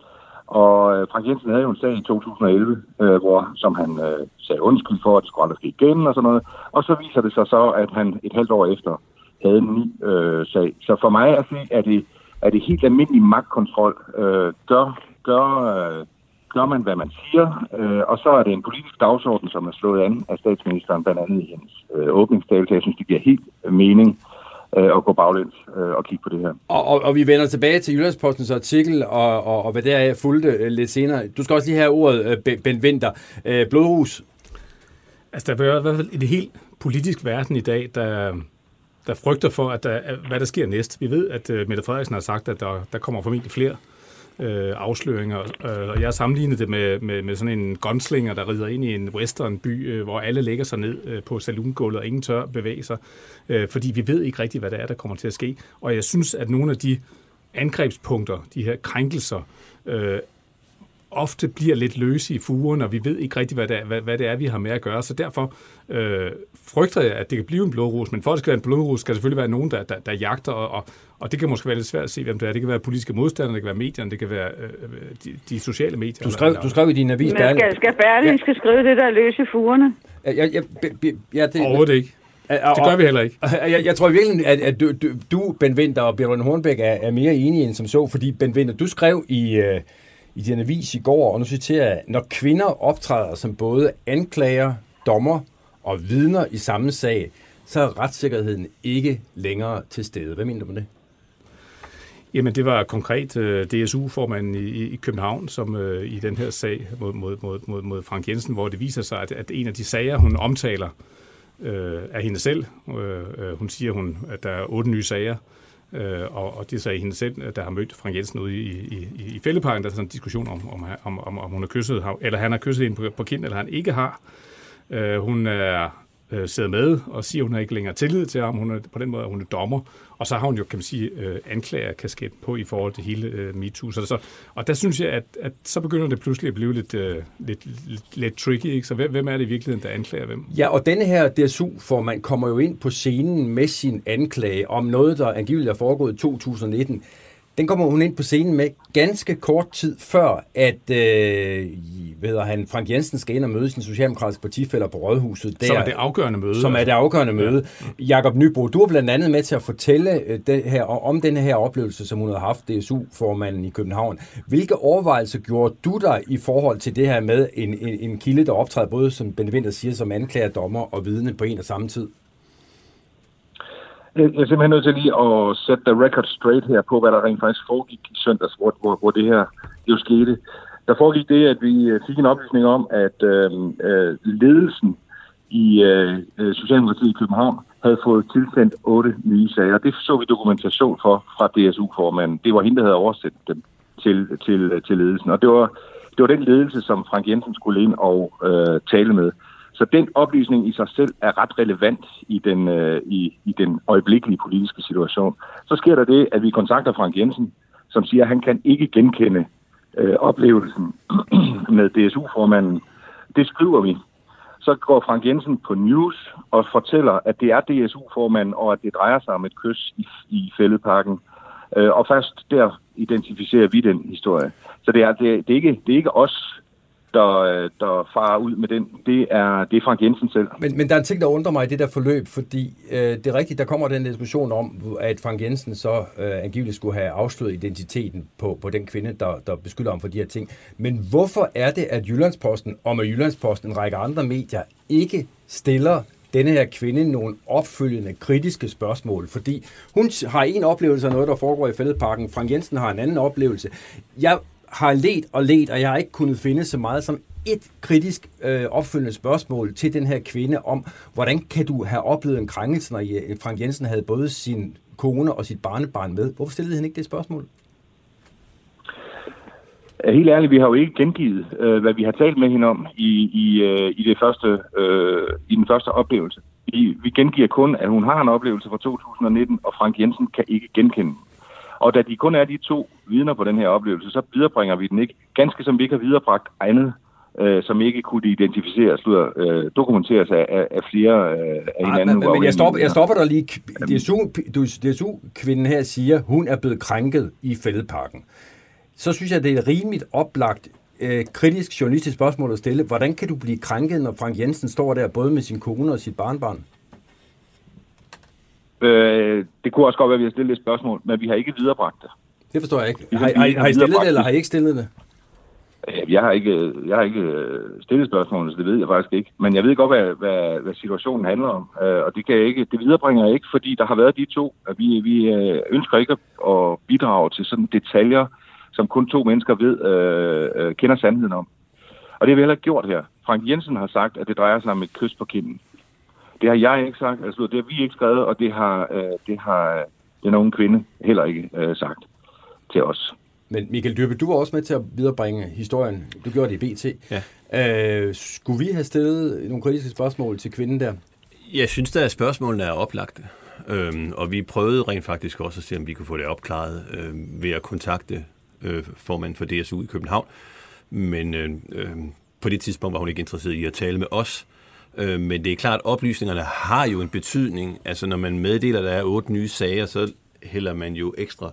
Og øh, Frank Jensen havde jo en sag i to tusind og elleve, øh, hvor, som han øh, sagde undskyld for, at det skulle aldrig ske igen og sådan noget. Og så viser det sig så, at han et halvt år efter havde en ny øh, sag. Så for mig at se, er det, er det helt almindelig magtkontrol. Øh, gør, gør, øh, gør man, hvad man siger, øh, og så er det en politisk dagsorden, som er slået an af statsministeren, blandt andet i hendes øh, åbningstale. Jeg synes, det giver helt mening at gå baglæns øh, og kigge på det her. Og, og, og vi vender tilbage til Jyllandspostens artikel, og, og, og hvad der er fulgte øh, lidt senere. Du skal også lige have ordet, øh, Bent Winther. Øh, blodrus? Altså, der er i hvert fald i det helt politisk verden i dag, der, der frygter for, at der, hvad der sker næst. Vi ved, at uh, Mette Frederiksen har sagt, at der, der kommer formentlig flere øh, afsløringer, øh, og jeg har sammenlignet det med, med, med sådan en gunslinger, der rider ind i en westernby, øh, hvor alle lægger sig ned øh, på saloongulvet, og ingen tør bevæge sig, øh, fordi vi ved ikke rigtigt, hvad der er, der kommer til at ske. Og jeg synes, at nogle af de angrebspunkter, de her krænkelser, øh, ofte bliver lidt løse i fugen, og vi ved ikke rigtigt, hvad det er, hvad, hvad det er vi har med at gøre. Så derfor øh, frygter jeg, at det kan blive en blodrus, men for at det skal være en blodrus, skal selvfølgelig være nogen, der, der, der jagter, og, og, og det kan måske være lidt svært at se, hvem det er. Det kan være politiske modstandere, det kan være medierne, det kan være øh, de, de sociale medier. Du skrev, du skrev i din avis, Men skal, skal Berlingske ja. skrive det der løse fugerne? Ja, ja, ja, ja, det, Overhovedet ikke. Det gør vi heller ikke. Jeg, jeg tror virkelig, at, at du, du, du, Bent Winther og Birthe Rønne Hornbech er, er mere enige end som så, fordi Bent Winther, du skrev i... Øh, i din avis i går, og nu citerer jeg, når kvinder optræder som både anklager, dommer og vidner i samme sag, så er retssikkerheden ikke længere til stede. Hvad mener du med det? Jamen, det var konkret uh, D S U-formanden i, i København, som uh, i den her sag mod, mod, mod, mod, mod Frank Jensen, hvor det viser sig, at, at en af de sager, hun omtaler, uh, er hende selv. Uh, uh, hun siger, hun, at der er otte nye sager, Uh, og, og det er så hende selv, der har mødt Frank Jensen ude i, i, i Fælledparken. Der er sådan en diskussion om, om, om, om, om hun har kysset, eller han har kysset hende på, på kind, eller han ikke har. Uh, hun er uh, siddet med og siger, at hun har ikke længere tillid til ham. Hun er, på den måde er hun er dommer. Og så har hun jo, kan man sige, uh, anklagerkasket på i forhold til hele uh, MeToo. Så, så, og der synes jeg, at, at så begynder det pludselig at blive lidt, uh, lidt, lidt, lidt tricky. Ikke? Så hvem, hvem er det i virkeligheden, der anklager hvem? Ja, og denne her D S U-formand kommer jo ind på scenen med sin anklage om noget, der angiveligt er foregået i to tusind nitten. Den kommer hun ind på scenen med ganske kort tid før, at øh, ved han, Frank Jensen skal ind og møde sine socialdemokratiske partifæller på Rådhuset. Der, som er det afgørende møde. Som er det afgørende møde. Ja. Jakob Nybro, du er blandt andet med til at fortælle det her, om den her oplevelse, som hun havde haft, D S U-formanden i København. Hvilke overvejelser gjorde du dig i forhold til det her med en, en, en kilde, der optræder både, som Bente Winther siger, som anklager, dommer og vidne på en og samme tid? Jeg er simpelthen nødt til lige at sætte the record straight her på, hvad der rent faktisk foregik i søndags, hvor, hvor, hvor det her jo skete. Der foregik det, at vi fik en oplysning om, at øh, ledelsen i øh, Socialdemokratiet i København havde fået tilsendt otte nye sager. Det så vi dokumentation for fra D S U-formanden. Det var hende, der havde oversat dem til, til, til ledelsen. Og det var, det var den ledelse, som Frank Jensen skulle ind og øh, tale med. Så den oplysning i sig selv er ret relevant i den, øh, i, i den øjeblikkelige politiske situation. Så sker der det, at vi kontakter Frank Jensen, som siger, at han kan ikke genkende øh, oplevelsen med D S U-formanden. Det skriver vi. Så går Frank Jensen på News og fortæller, at det er D S U-formanden, og at det drejer sig om et kys i, i Fælledparken. Øh, og først der identificerer vi den historie. Så det er, det, det er, ikke, det er ikke os, Der, der farer ud med den, det er, det er Frank Jensen selv. Men, men der er en ting, der undrer mig i det der forløb, fordi øh, det er rigtigt, der kommer den diskussion om, at Frank Jensen så øh, angiveligt skulle have afsløret identiteten på, på den kvinde, der, der beskylder ham for de her ting. Men hvorfor er det, at Jyllandsposten, og med Jyllandsposten en række andre medier, ikke stiller denne her kvinde nogle opfølgende kritiske spørgsmål? Fordi hun har en oplevelse af noget, der foregår i Fælledparken. Frank Jensen har en anden oplevelse. Jeg har let og let, og jeg har ikke kunnet finde så meget som et kritisk øh, opfølgende spørgsmål til den her kvinde om, hvordan kan du have oplevet en krænkelse, når Frank Jensen havde både sin kone og sit barnebarn med? Hvorfor stillede han ikke det spørgsmål? Helt ærligt, vi har jo ikke gengivet, øh, hvad vi har talt med hende om i, i, øh, i, det første, øh, i den første oplevelse. Vi, vi gengiver kun, at hun har en oplevelse fra to tusind nitten, og Frank Jensen kan ikke genkende. Og da de kun er de to vidner på den her oplevelse, så viderebringer vi den ikke. Ganske som vi ikke har viderebragt andet, øh, som ikke kunne identificeres, øh, dokumenteres af, af, af flere øh, af hinanden. Men, men jeg, stopper, jeg stopper der lige. D S U-kvinden her siger, hun er blevet krænket i Fælledparken. Så synes jeg, det er et rimeligt oplagt øh, kritisk journalistisk spørgsmål at stille. Hvordan kan du blive krænket, når Frank Jensen står der både med sin kone og sit barnbarn? Øh, det kunne også godt være, at vi har stillet et spørgsmål, men vi har ikke viderebragt det. Det forstår jeg ikke. Har, har, har I stillet det, eller har I ikke stillet det? Jeg har ikke, jeg har ikke stillet spørgsmål, så det ved jeg faktisk ikke. Men jeg ved godt, hvad, hvad, hvad situationen handler om. Og det kan jeg ikke, det viderebringer jeg ikke, fordi der har været de to. Vi, vi ønsker ikke at bidrage til sådan detaljer, som kun to mennesker ved, øh, kender sandheden om. Og det har vi heller ikke gjort her. Frank Jensen har sagt, at det drejer sig om et kys på kinden. Det har jeg ikke sagt, altså det har vi ikke skrevet, og det har, øh, det har den unge kvinde heller ikke øh, sagt til os. Men Michael Dyrby, du var også med til at viderebringe historien. Du gjorde det i B T. Ja. Øh, skulle vi have stillet nogle kritiske spørgsmål til kvinden der? Jeg synes, at spørgsmålene er oplagte. Øhm, og vi prøvede rent faktisk også at se, om vi kunne få det opklaret øh, ved at kontakte øh, formanden for D S U i København. Men øh, øh, på det tidspunkt var hun ikke interesseret i at tale med os. Øh, men det er klart, at oplysningerne har jo en betydning. Altså når man meddeler, at der er otte nye sager, så hælder man jo ekstra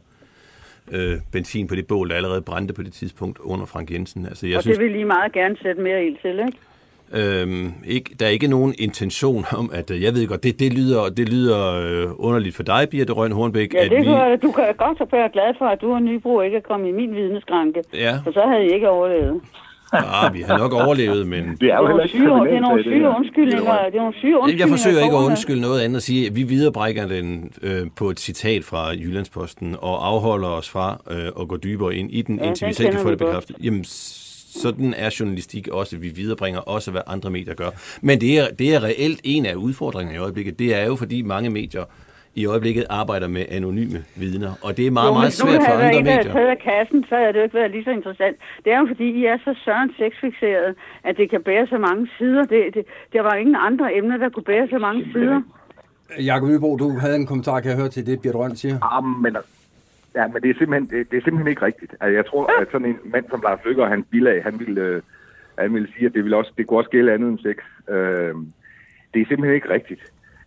øh, benzin på det bål, der allerede brændte på det tidspunkt under Frank Jensen. Altså, jeg og synes, det vil lige meget gerne sætte mere ild til, ikke? Øhm, ikke, der er ikke nogen intention om, at jeg ved godt, det, det lyder, det lyder øh, underligt for dig, Birthe Rønn Hornbæk. Ja, det at vi... gør, du kan godt være glad for, at du og Nybro ikke er kommet i min vidneskranke, ja. For så havde I ikke overlevet. Ja, vi har nok overlevet, men... Det er jo heller ikke syge, det er nogle syge undskyldninger. Det er nogle syge undskyldninger. Jeg forsøger ikke at undskylde noget andet at sige, at vi viderebrækker den øh, på et citat fra Jyllandsposten og afholder os fra øh, at gå dybere ind i den, ja, indtil vi selv kan få det bekræftet. Jamen, sådan er journalistik også. Vi viderebringer også, hvad andre medier gør. Men det er, det er reelt en af udfordringerne i øjeblikket. Det er jo, fordi mange medier i øjeblikket arbejder med anonyme vidner, og det er meget, jo, meget svært for andre medier. Hvis nu havde taget af kassen, så havde det jo ikke været lige så interessant. Det er jo fordi, I er så søren sexfixeret, at det kan bære så mange sider. Det, det, der var ingen andre emner, der kunne bære så mange sider. Jakob Nybro, du havde en kommentar, kan jeg høre til det, Birthe Rønn siger? Ja, men, ja, men det, er simpelthen, det, det er simpelthen ikke rigtigt. Altså, jeg tror, at sådan en mand som Lars Løkke og hans bilag, han ville, øh, han ville sige, at det, ville også, det kunne også gælde andet end sex. Øh, det er simpelthen ikke rigtigt.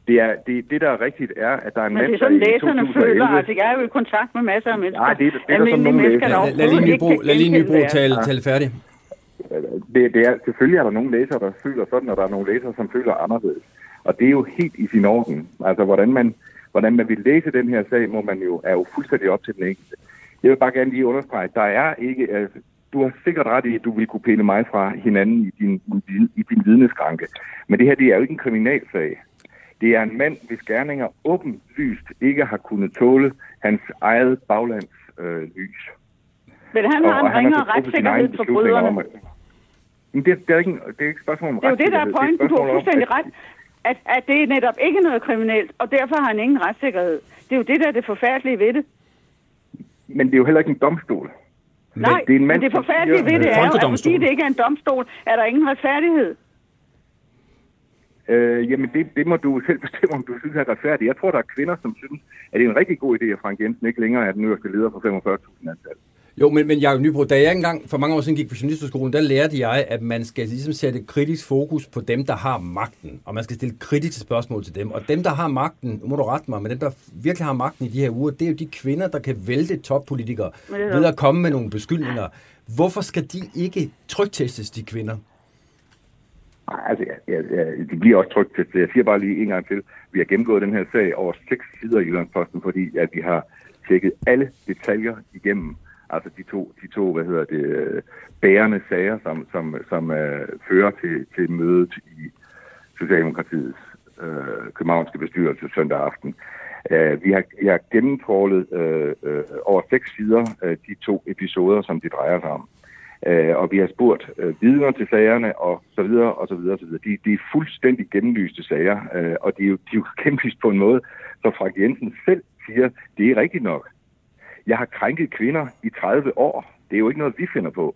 Det, er, det, det, der er rigtigt, er, at der er en Men mand, det er sådan, der i læserne to tusind og elleve... føler. Altså, jeg er jo i kontakt med masser af mennesker. Nej, det, det, det er der sådan nogle læsere. Lad, lad lige Nybro, lad lige Nybro tale, tale færdig. Det, det er, selvfølgelig er der nogle læsere, der føler sådan, og der er nogle læsere, som føler anderledes. Og det er jo helt i sin orden. Altså, hvordan man, hvordan man vil læse den her sag, må man jo, er jo fuldstændig op til den enkelte. Jeg vil bare gerne lige understrege, der er ikke... Altså, du har sikkert ret i, at du vil kunne pille mig fra hinanden i din, i din vidneskranke. Men det her, det er jo ikke en kriminalsag. Det er en mand, hvis gerninger åbenlyst ikke har kunnet tåle hans eget baglands øh, lys. Men han har en ringere retssikkerhed for bryderne. Men det, det, er ikke, det er ikke et spørgsmål om det er jo det, der er pointen. Du har fuldstændig ret, at, at det er netop ikke noget kriminelt, og derfor har han ingen retssikkerhed. Det er jo det, der er det forfærdelige ved det. Men det er jo heller ikke en domstol. Nej, det er en mand, men det forfærdelige ved det er jo, at fordi det ikke er en domstol, er der ingen retfærdighed. Øh, jamen, det, det må du selv bestemme, om du synes er retfærdigt. Jeg tror, der er kvinder, som synes, at det er en rigtig god idé, at Frank Jensen ikke længere er den øverste leder for femogfyrre tusind ansatte. Jo, men, men Jacob Nybro, da jeg engang for mange år siden gik på journalisterskolen, der lærte jeg, at man skal ligesom sætte kritisk fokus på dem, der har magten, og man skal stille kritiske spørgsmål til dem. Og dem, der har magten, nu må du rette mig, men dem, der virkelig har magten i de her uger, det er jo de kvinder, der kan vælte toppolitikere ved at komme med nogle beskyldninger. Hvorfor skal de ikke tryktestes, de kvinder? Nej, altså, ja, ja, de bliver også tryktestet. Jeg siger bare lige en gang til, vi har gennemgået den her sag over seks sider i Jyllandsposten, fordi at vi har tjekket alle detaljer igennem. Altså de to, de to hvad hedder det, bærende sager, som, som, som uh, fører til, til mødet i Socialdemokratiets uh, københavnske bestyrelse søndag aften. Uh, vi har, vi har gennemtrålet uh, uh, over seks sider uh, de to episoder, som de drejer sig om. Uh, og vi har spurgt uh, vidner til sagerne, og så videre, og så videre, og så videre. De, de er fuldstændig gennemlyste sager, uh, og de er jo, de er jo gennemlyst på en måde, så Frank Jensen selv siger, det er rigtigt nok. Jeg har krænket kvinder i tredive år. Det er jo ikke noget, vi finder på.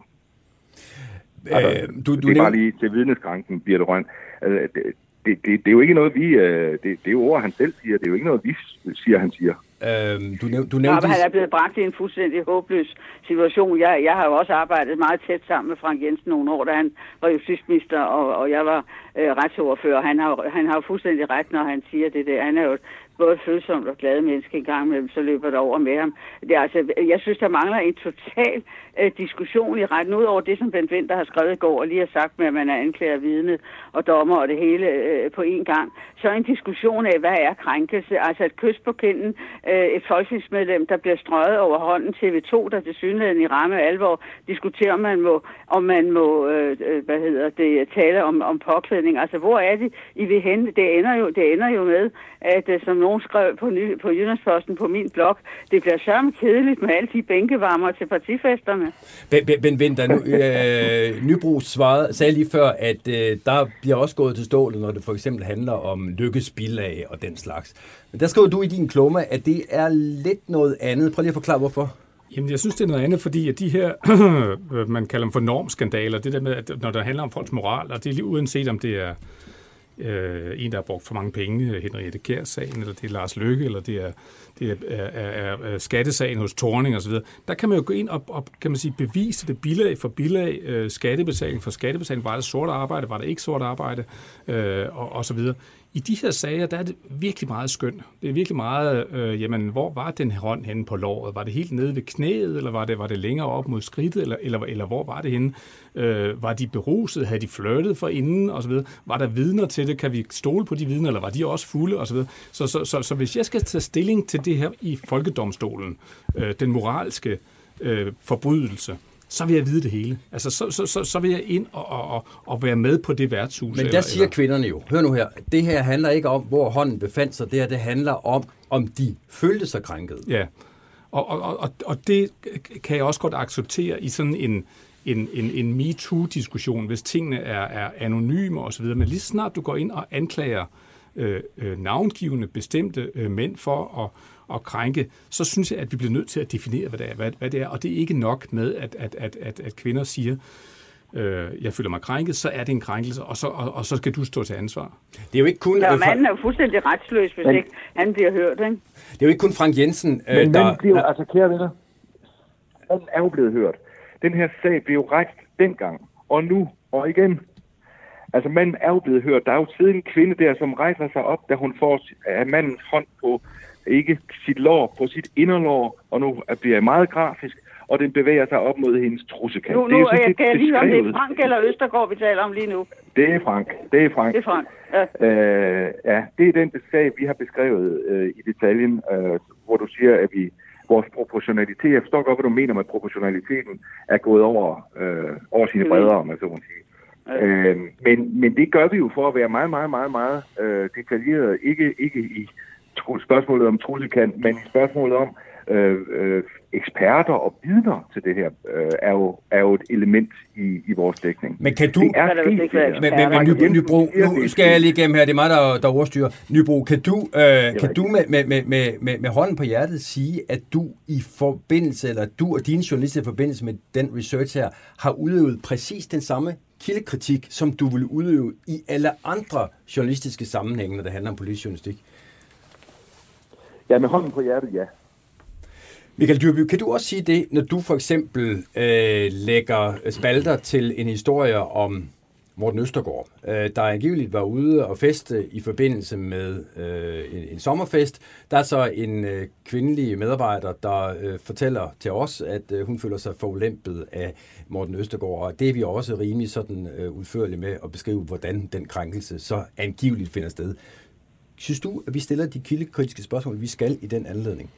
Altså, øh, du, du det er bare lige til vidneskranken, Birte Røn. Altså, det, det, det, det er jo ikke noget, vi... Det, det er jo ord, han selv siger. Det er jo ikke noget, vi siger, han siger. Øhm, du, næv- du nævnte... Ja, han er blevet bragt i en fuldstændig håbløs situation. Jeg, jeg har jo også arbejdet meget tæt sammen med Frank Jensen nogle år, da han var justitsminister, og, og jeg var øh, retsordfører. Han har, han har jo fuldstændig ret, når han siger det der. Han er jo både følsomt og glade menneske en gang imellem, så løber der over med ham. Det er, altså, jeg synes, der mangler en total øh, diskussion i retten, ud over det, som Bent Winther har skrevet i går, og lige har sagt med, at man er anklager, vidne og dommer og det hele øh, på én gang. Så en diskussion af, hvad er krænkelse? Altså et kys på kinden, øh, et folketingsmedlem, der bliver strøget over hånden, T V to, der til synligheden i ramme alvor diskuterer, om man må, om man må øh, hvad hedder det, tale om, om påklædning. Altså, hvor er det, I vil hen? Det ender jo, det ender jo med, at øh, som nogen skrev på, ny, på Jyllandsposten på min blog, det bliver sørme kedeligt med alle de bænkevarmer til partifesterne. Ben Winther, nu, øh, Nybro svarede, sagde lige før, at øh, der bliver også gået til stålet, når det for eksempel handler om Lykkes bilag og den slags. Men der skriver du i din klumme, at det er lidt noget andet. Prøv lige at forklare, hvorfor. Jamen, jeg synes, det er noget andet, fordi at de her, man kalder dem for normskandaler, det der med, at når der handler om folks moral, og det er lige uanset om det er øh, en, der har brugt for mange penge, Henriette Kjær-sagen, eller det er Lars Løkke, eller det er, det er, er, er skattesagen hos Thorning osv., der kan man jo gå ind og, og kan man sige, bevise det bilag for bilag, øh, skattebetaling for skattebetaling, var det sort arbejde, var det ikke sort arbejde, øh, og, og så videre. I de her sager, der er det virkelig meget skøn. Det er virkelig meget, øh, jamen, hvor var den hånd henne på låret? Var det helt nede ved knæet, eller var det, var det længere op mod skridtet, eller, eller, eller hvor var det henne? Øh, var de beruset? Havde de flirtet for inden, og så videre? Var der vidner til det? Kan vi stole på de vidner, eller var de også fulde, og så videre? Så, så, så, så hvis jeg skal tage stilling til det her i Folkedomstolen, øh, den moralske øh, forbrydelse, så vil jeg vide det hele. Altså, så, så, så, så vil jeg ind og, og, og være med på det værtshus. Men der eller, siger eller... kvinderne jo, hør nu her, det her handler ikke om, hvor hånden befandt sig, det her det handler om, om de følte sig krænket. Ja, og, og, og, og det kan jeg også godt acceptere i sådan en, en, en, en MeToo-diskussion, hvis tingene er, er anonyme osv., men lige snart du går ind og anklager øh, øh, navngivende bestemte øh, mænd for at og krænke, så synes jeg, at vi bliver nødt til at definere, hvad det er. Hvad, hvad det er. Og det er ikke nok med, at, at, at, at, at kvinder siger, øh, jeg føler mig krænket, så er det en krænkelse, og så, og, og så skal du stå til ansvar. Det er jo ikke kun... Ja, manden er jo fuldstændig retsløs, hvis men, ikke han bliver hørt, ikke? Det er jo ikke kun Frank Jensen, øh, men, der... Men bliver jo, altså kære venner, han er jo blevet hørt. Den her sag blev jo rejst dengang, og nu, og igen. Altså, manden er jo blevet hørt. Der er jo siddet en kvinde der, som rejser sig op, da hun får af mandens hånd på, ikke sit lår, på sit inderlår, og nu bliver jeg meget grafisk, og den bevæger sig op mod hendes trussekant. Nu, nu er jeg kan lige om det er Frank eller Østergaard, vi taler om lige nu. Det er Frank. Det er Frank. Det er Frank, ja. Øh, ja, det er den sag, vi har beskrevet øh, i detaljen, øh, hvor du siger, at vi vores proportionalitet, jeg forstår godt, hvad du mener med, at proportionaliteten er gået over, øh, over sine bredder, om jeg så må sige. Ja. Øh, men, men det gør vi jo for at være meget, meget, meget, meget øh, detaljeret. Ikke, ikke i spørgsmålet om trussekant, men i spørgsmålet om øh, øh, eksperter og vidner til det her, øh, er, jo, er jo et element i, i vores dækning. Men kan du... Det er sket, men, men, men Nybro, Nybro, nu skal jeg lige igennem her, det er mig, der, der overstyrer. Nybro, kan du, øh, kan du med, med, med, med, med hånden på hjertet sige, at du i forbindelse, eller du og dine journalister i forbindelse med den research her, har udøvet præcis den samme kildekritik, som du vil udøve i alle andre journalistiske sammenhænge, når det handler om politisk journalistik? Ja, med hånden på hjertet, ja. Michael Dyrby, kan du også sige det, når du for eksempel øh, lægger spalter til en historie om Morten Østergaard, øh, der angiveligt var ude og feste i forbindelse med øh, en, en sommerfest. Der er så en øh, kvindelig medarbejder, der øh, fortæller til os, at øh, hun føler sig forulempet af Morten Østergaard, og det er vi også rimelig sådan øh, udførlige med at beskrive, hvordan den krænkelse så angiveligt finder sted. Synes du, at vi stiller de kildekritiske spørgsmål, vi skal i den anledning?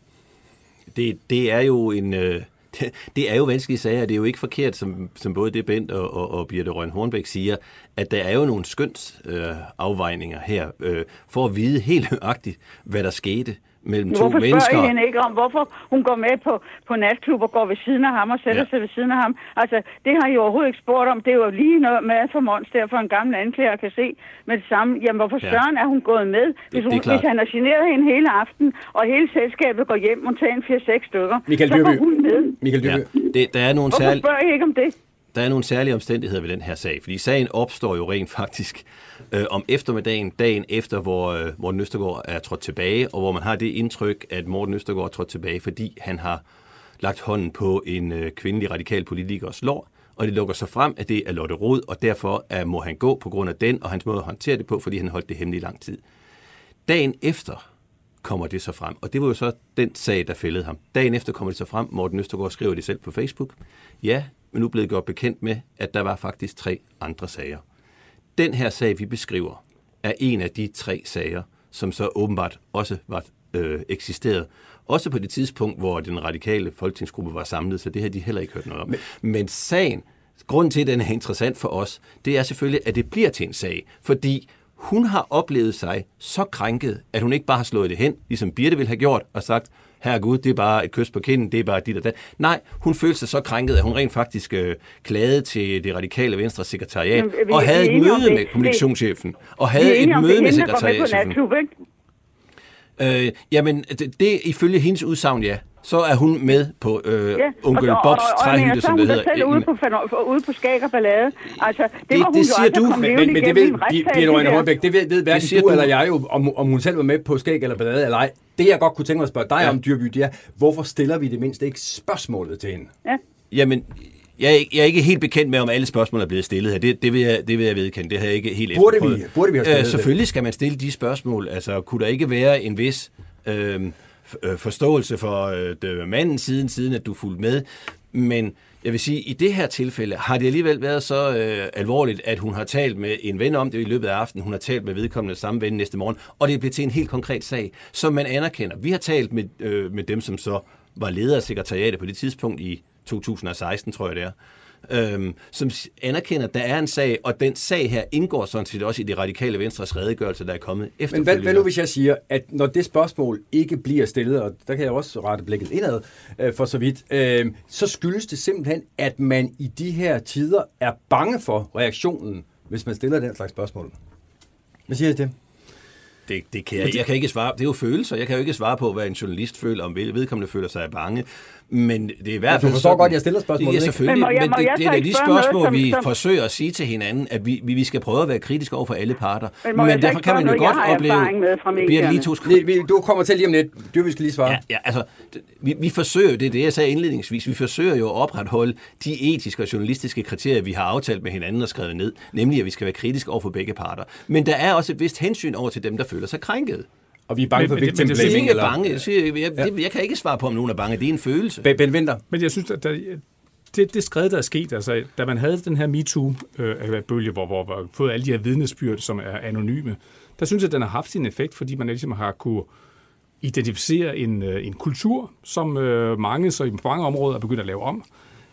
Det, det er jo en... Øh, det, det er jo vanskelige sager. Det er jo ikke forkert, som, som både det Bent og, og, og Birthe Rønn Hornbæk siger, at der er jo nogle skøns øh, afvejninger her, øh, for at vide helt nøjagtigt, hvad der skete mellem to hvorfor mennesker. Hvorfor spørger I hende ikke om, hvorfor hun går med på, på natklub og går ved siden af ham og sætter ja. sig ved siden af ham? Altså, det har I overhovedet ikke spurgt om. Det er jo lige noget med for Måns, derfor en gammel anklager kan se med det samme. Jamen, hvorfor ja. søren er hun gået med? Hvis, hun, hvis han har generet hende hele aften, og hele selskabet går hjem og tager en fire seks stykker, Michael så går hun med. Michael Dyrby. Ja. Det, der er nogle hvorfor særlig... spørger I ikke om det? Der er nogle særlige omstændigheder ved den her sag, fordi sagen opstår jo rent faktisk øh, om eftermiddagen, dagen efter, hvor øh, Morten Østergaard er trådt tilbage, og hvor man har det indtryk, at Morten Østergaard er trådt tilbage, fordi han har lagt hånden på en øh, kvindelig radikal politikers lår, og det lukker så frem, at det er Lotte Rod, og derfor er, må han gå på grund af den, og hans måde at håndtere det på, fordi han holdt det hemmeligt i lang tid. Dagen efter kommer det så frem, og det var jo så den sag, der fældede ham. Dagen efter kommer det så frem, Morten Østergaard skriver det selv på Facebook. Ja, men nu blevet gjort bekendt med, at der var faktisk tre andre sager. Den her sag, vi beskriver, er en af de tre sager, som så åbenbart også var øh, eksisteret. Også på det tidspunkt, hvor den radikale folketingsgruppe var samlet, så det har de heller ikke hørt noget om. Men, men sagen, grunden til, at den er interessant for os, det er selvfølgelig, at det bliver til en sag, fordi hun har oplevet sig så krænket, at hun ikke bare har slået det hen, ligesom Birthe ville have gjort, og sagt, herregud, det er bare et kys på kinden, det er bare dit og dat. Nej, hun følte sig så krænket, at hun rent faktisk øh, klagede til det radikale venstre sekretariat, vi, og havde et møde med kommunikationschefen, og havde et møde med sekretariatschefen. Øh, jamen, det, det ifølge hendes udsagn, ja. Så er hun med på øh, ja, onkel Bobs træhytte, som det hedder. Så er hun selv ude på, ude på Skæg og Ballade. Altså, det, det, var hun det siger du. Men, men, men det ved Birthe Rønn Hornbæk, det ved, ved hverken du, du eller jeg jo, om, om hun selv var med på Skæg eller Ballade eller ej. Det jeg godt kunne tænke mig at spørge dig ja. om, Dyrby, det er, hvorfor stiller vi det mindst ikke spørgsmålet til hende? Ja. Jamen, jeg er, ikke, jeg er ikke helt bekendt med, om alle spørgsmål er blevet stillet her. Det, det, vil, jeg, det vil jeg vedkende. Det har jeg ikke helt burde efterprøvet. Vi, burde vi have stillet øh, Selvfølgelig skal man stille de spørgsmål. Altså, kunne der ikke være en vis... Øh, forståelse for øh, mandens siden, siden at du fulgte med. Men jeg vil sige, i det her tilfælde har det alligevel været så øh, alvorligt, at hun har talt med en ven om det i løbet af aftenen. Hun har talt med vedkommende samme ven næste morgen, og det er blevet til en helt konkret sag, som man anerkender. Vi har talt med, øh, med dem, som så var leder af sekretariatet på det tidspunkt i to tusind og seksten, tror jeg det er, Øhm, som anerkender, at der er en sag, og den sag her indgår sådan set også i det radikale venstres redegørelse, der er kommet efterfølgende. Men hvad, hvad nu, hvis jeg siger, at når det spørgsmål ikke bliver stillet, og der kan jeg også rette blikket indad øh, for så vidt, øh, så skyldes det simpelthen, at man i de her tider er bange for reaktionen, hvis man stiller den slags spørgsmål. Hvad siger I det? Det, det kan jeg, jeg kan ikke svare. Det er jo følelser. Jeg kan jo ikke svare på, hvad en journalist føler, om vedkommende føler sig bange. Men det er i hvert fald... Du forstår godt, jeg stiller spørgsmålet, ikke? Ja, selvfølgelig, men, jeg, men det, det er de spørgsmål, noget, vi som, forsøger at sige til hinanden, at vi, vi skal prøve at være kritiske over for alle parter. Men, men derfor kan man jo noget, godt opleve... Bliver lige to skridt. Du kommer til lige om lidt. Du vil skal lige svare. Ja, ja altså, vi, vi forsøger, det er det, jeg sagde indledningsvis, vi forsøger jo at opretholde de etiske og journalistiske kriterier, vi har aftalt med hinanden og skrevet ned, nemlig at vi skal være kritiske over for begge parter. Men der er også et vist hensyn over til dem, der føler sig krænket. Og vi er bange men, for men, victim men, blaming? Jeg er ikke bange. Eller? Jeg, siger, jeg, jeg, jeg, jeg kan ikke svare på, om nogen er bange. Det er en følelse. Ben, ben Winther. Men jeg synes, at der, det, det skred, der er sket, altså, da man havde den her MeToo-bølge, hvor, hvor, hvor fået alle de her vidnesbyrd, som er anonyme, der synes jeg, at den har haft sin effekt, fordi man ligesom har kunne identificere en, en kultur, som øh, mange så i mange områder er begyndt at lave om.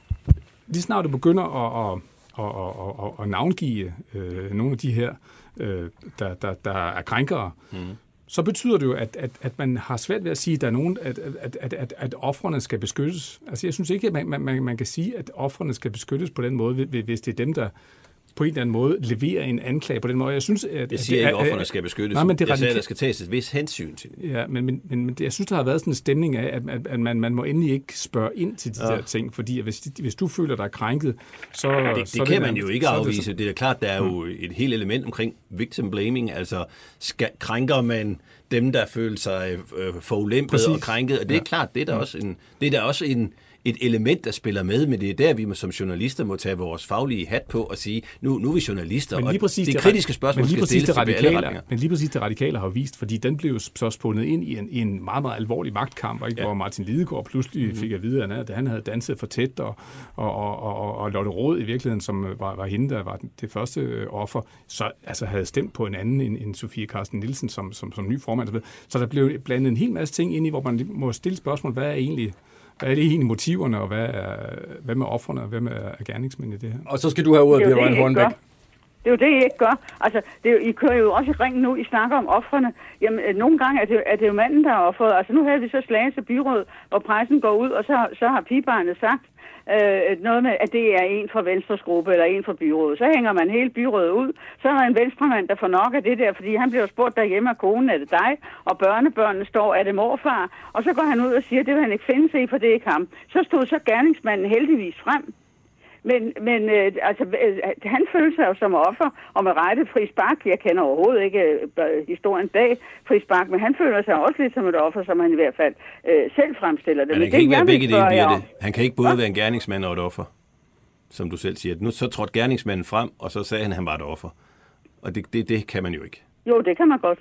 Lige snart du begynder at, at, at, at, at navngive øh, nogle af de her, øh, der, der, der er krænkere, mm. så betyder det jo, at, at, at man har svært ved at sige, at der er nogen, at, at, at, at, at ofrene skal beskyttes. Altså jeg synes ikke, at man, man, man kan sige, at ofrene skal beskyttes på den måde, hvis det er dem, der på en eller anden måde leverer en anklage på den måde. Jeg synes, at... Jeg siger at, ikke, at offerne skal beskyttes. Nej, men det jeg siger, at der skal tages et vis hensyn til det. Ja, men, men, men, men jeg synes, der har været sådan en stemning af, at, at, at man, man må endelig ikke spørge ind til de ja. der ting, fordi hvis, hvis du føler dig krænket, så... Det, det så kan man man jo ikke afvise. Det, det, det er klart, der er jo et helt element omkring victim blaming, altså skal, krænker man dem, der føler sig øh, forulæmpet og krænket, og det er ja. klart, det er der ja. også en... Det er der også en et element, der spiller med, men det er der, vi som journalister må tage vores faglige hat på og sige, nu, nu er vi journalister, og det, det kritiske spørgsmål skal stilles til alle retninger. Men lige præcis det radikale har vist, fordi den blev så spundet ind i en, i en meget, meget alvorlig magtkamp, ikke? Ja. Hvor Martin Lidegaard pludselig mm-hmm. fik at vide, at han havde danset for tæt, og, og, og, og, og Lotte Rod i virkeligheden, som var, var hende, der var det første offer, så altså, havde stemt på en anden end, end Sofie Carsten Nielsen som, som, som ny formand. Så der blev blandet en hel masse ting ind i, hvor man må stille spørgsmål, hvad er egentlig... Hvad er det egentlig motiverne, og hvad, er, hvad med offrene, og hvem er gerningsmænd i det her? Og så skal du have ordet, Pia Rønne Hornbæk. Det er jo det, I ikke gør. Altså, det er jo, I kører jo også i ringen nu, I snakker om offrene. Jamen, nogle gange er det, er det jo manden, der er offeret. Altså, nu havde vi så Slagelse byråd, hvor pressen går ud, og så, så har pigebarnet sagt øh, noget med, at det er en fra Venstres gruppe, eller en fra byrådet. Så hænger man hele byrådet ud. Så er der en venstremand, der får nok af det der, fordi han bliver spurgt derhjemme af konen, er det dig? Og børnebørnene står, er det morfar? Og så går han ud og siger, det vil han ikke finde sig i, for det er ikke ham. Så stod så gerningsmanden heldigvis frem. Men, men øh, altså, øh, han følte sig jo som offer, og med rette Friis Bak, jeg kender overhovedet ikke øh, historien bag Friis Bak, men han føler sig også lidt som et offer, som han i hvert fald øh, selv fremstiller det. Men han kan det, ikke være begge dele, Birte. Han kan ikke både Hva? være en gerningsmand og et offer, som du selv siger. Nu så trådte gerningsmanden frem, og så sagde han, at han var et offer. Og det, det, det kan man jo ikke. Jo, det kan man godt.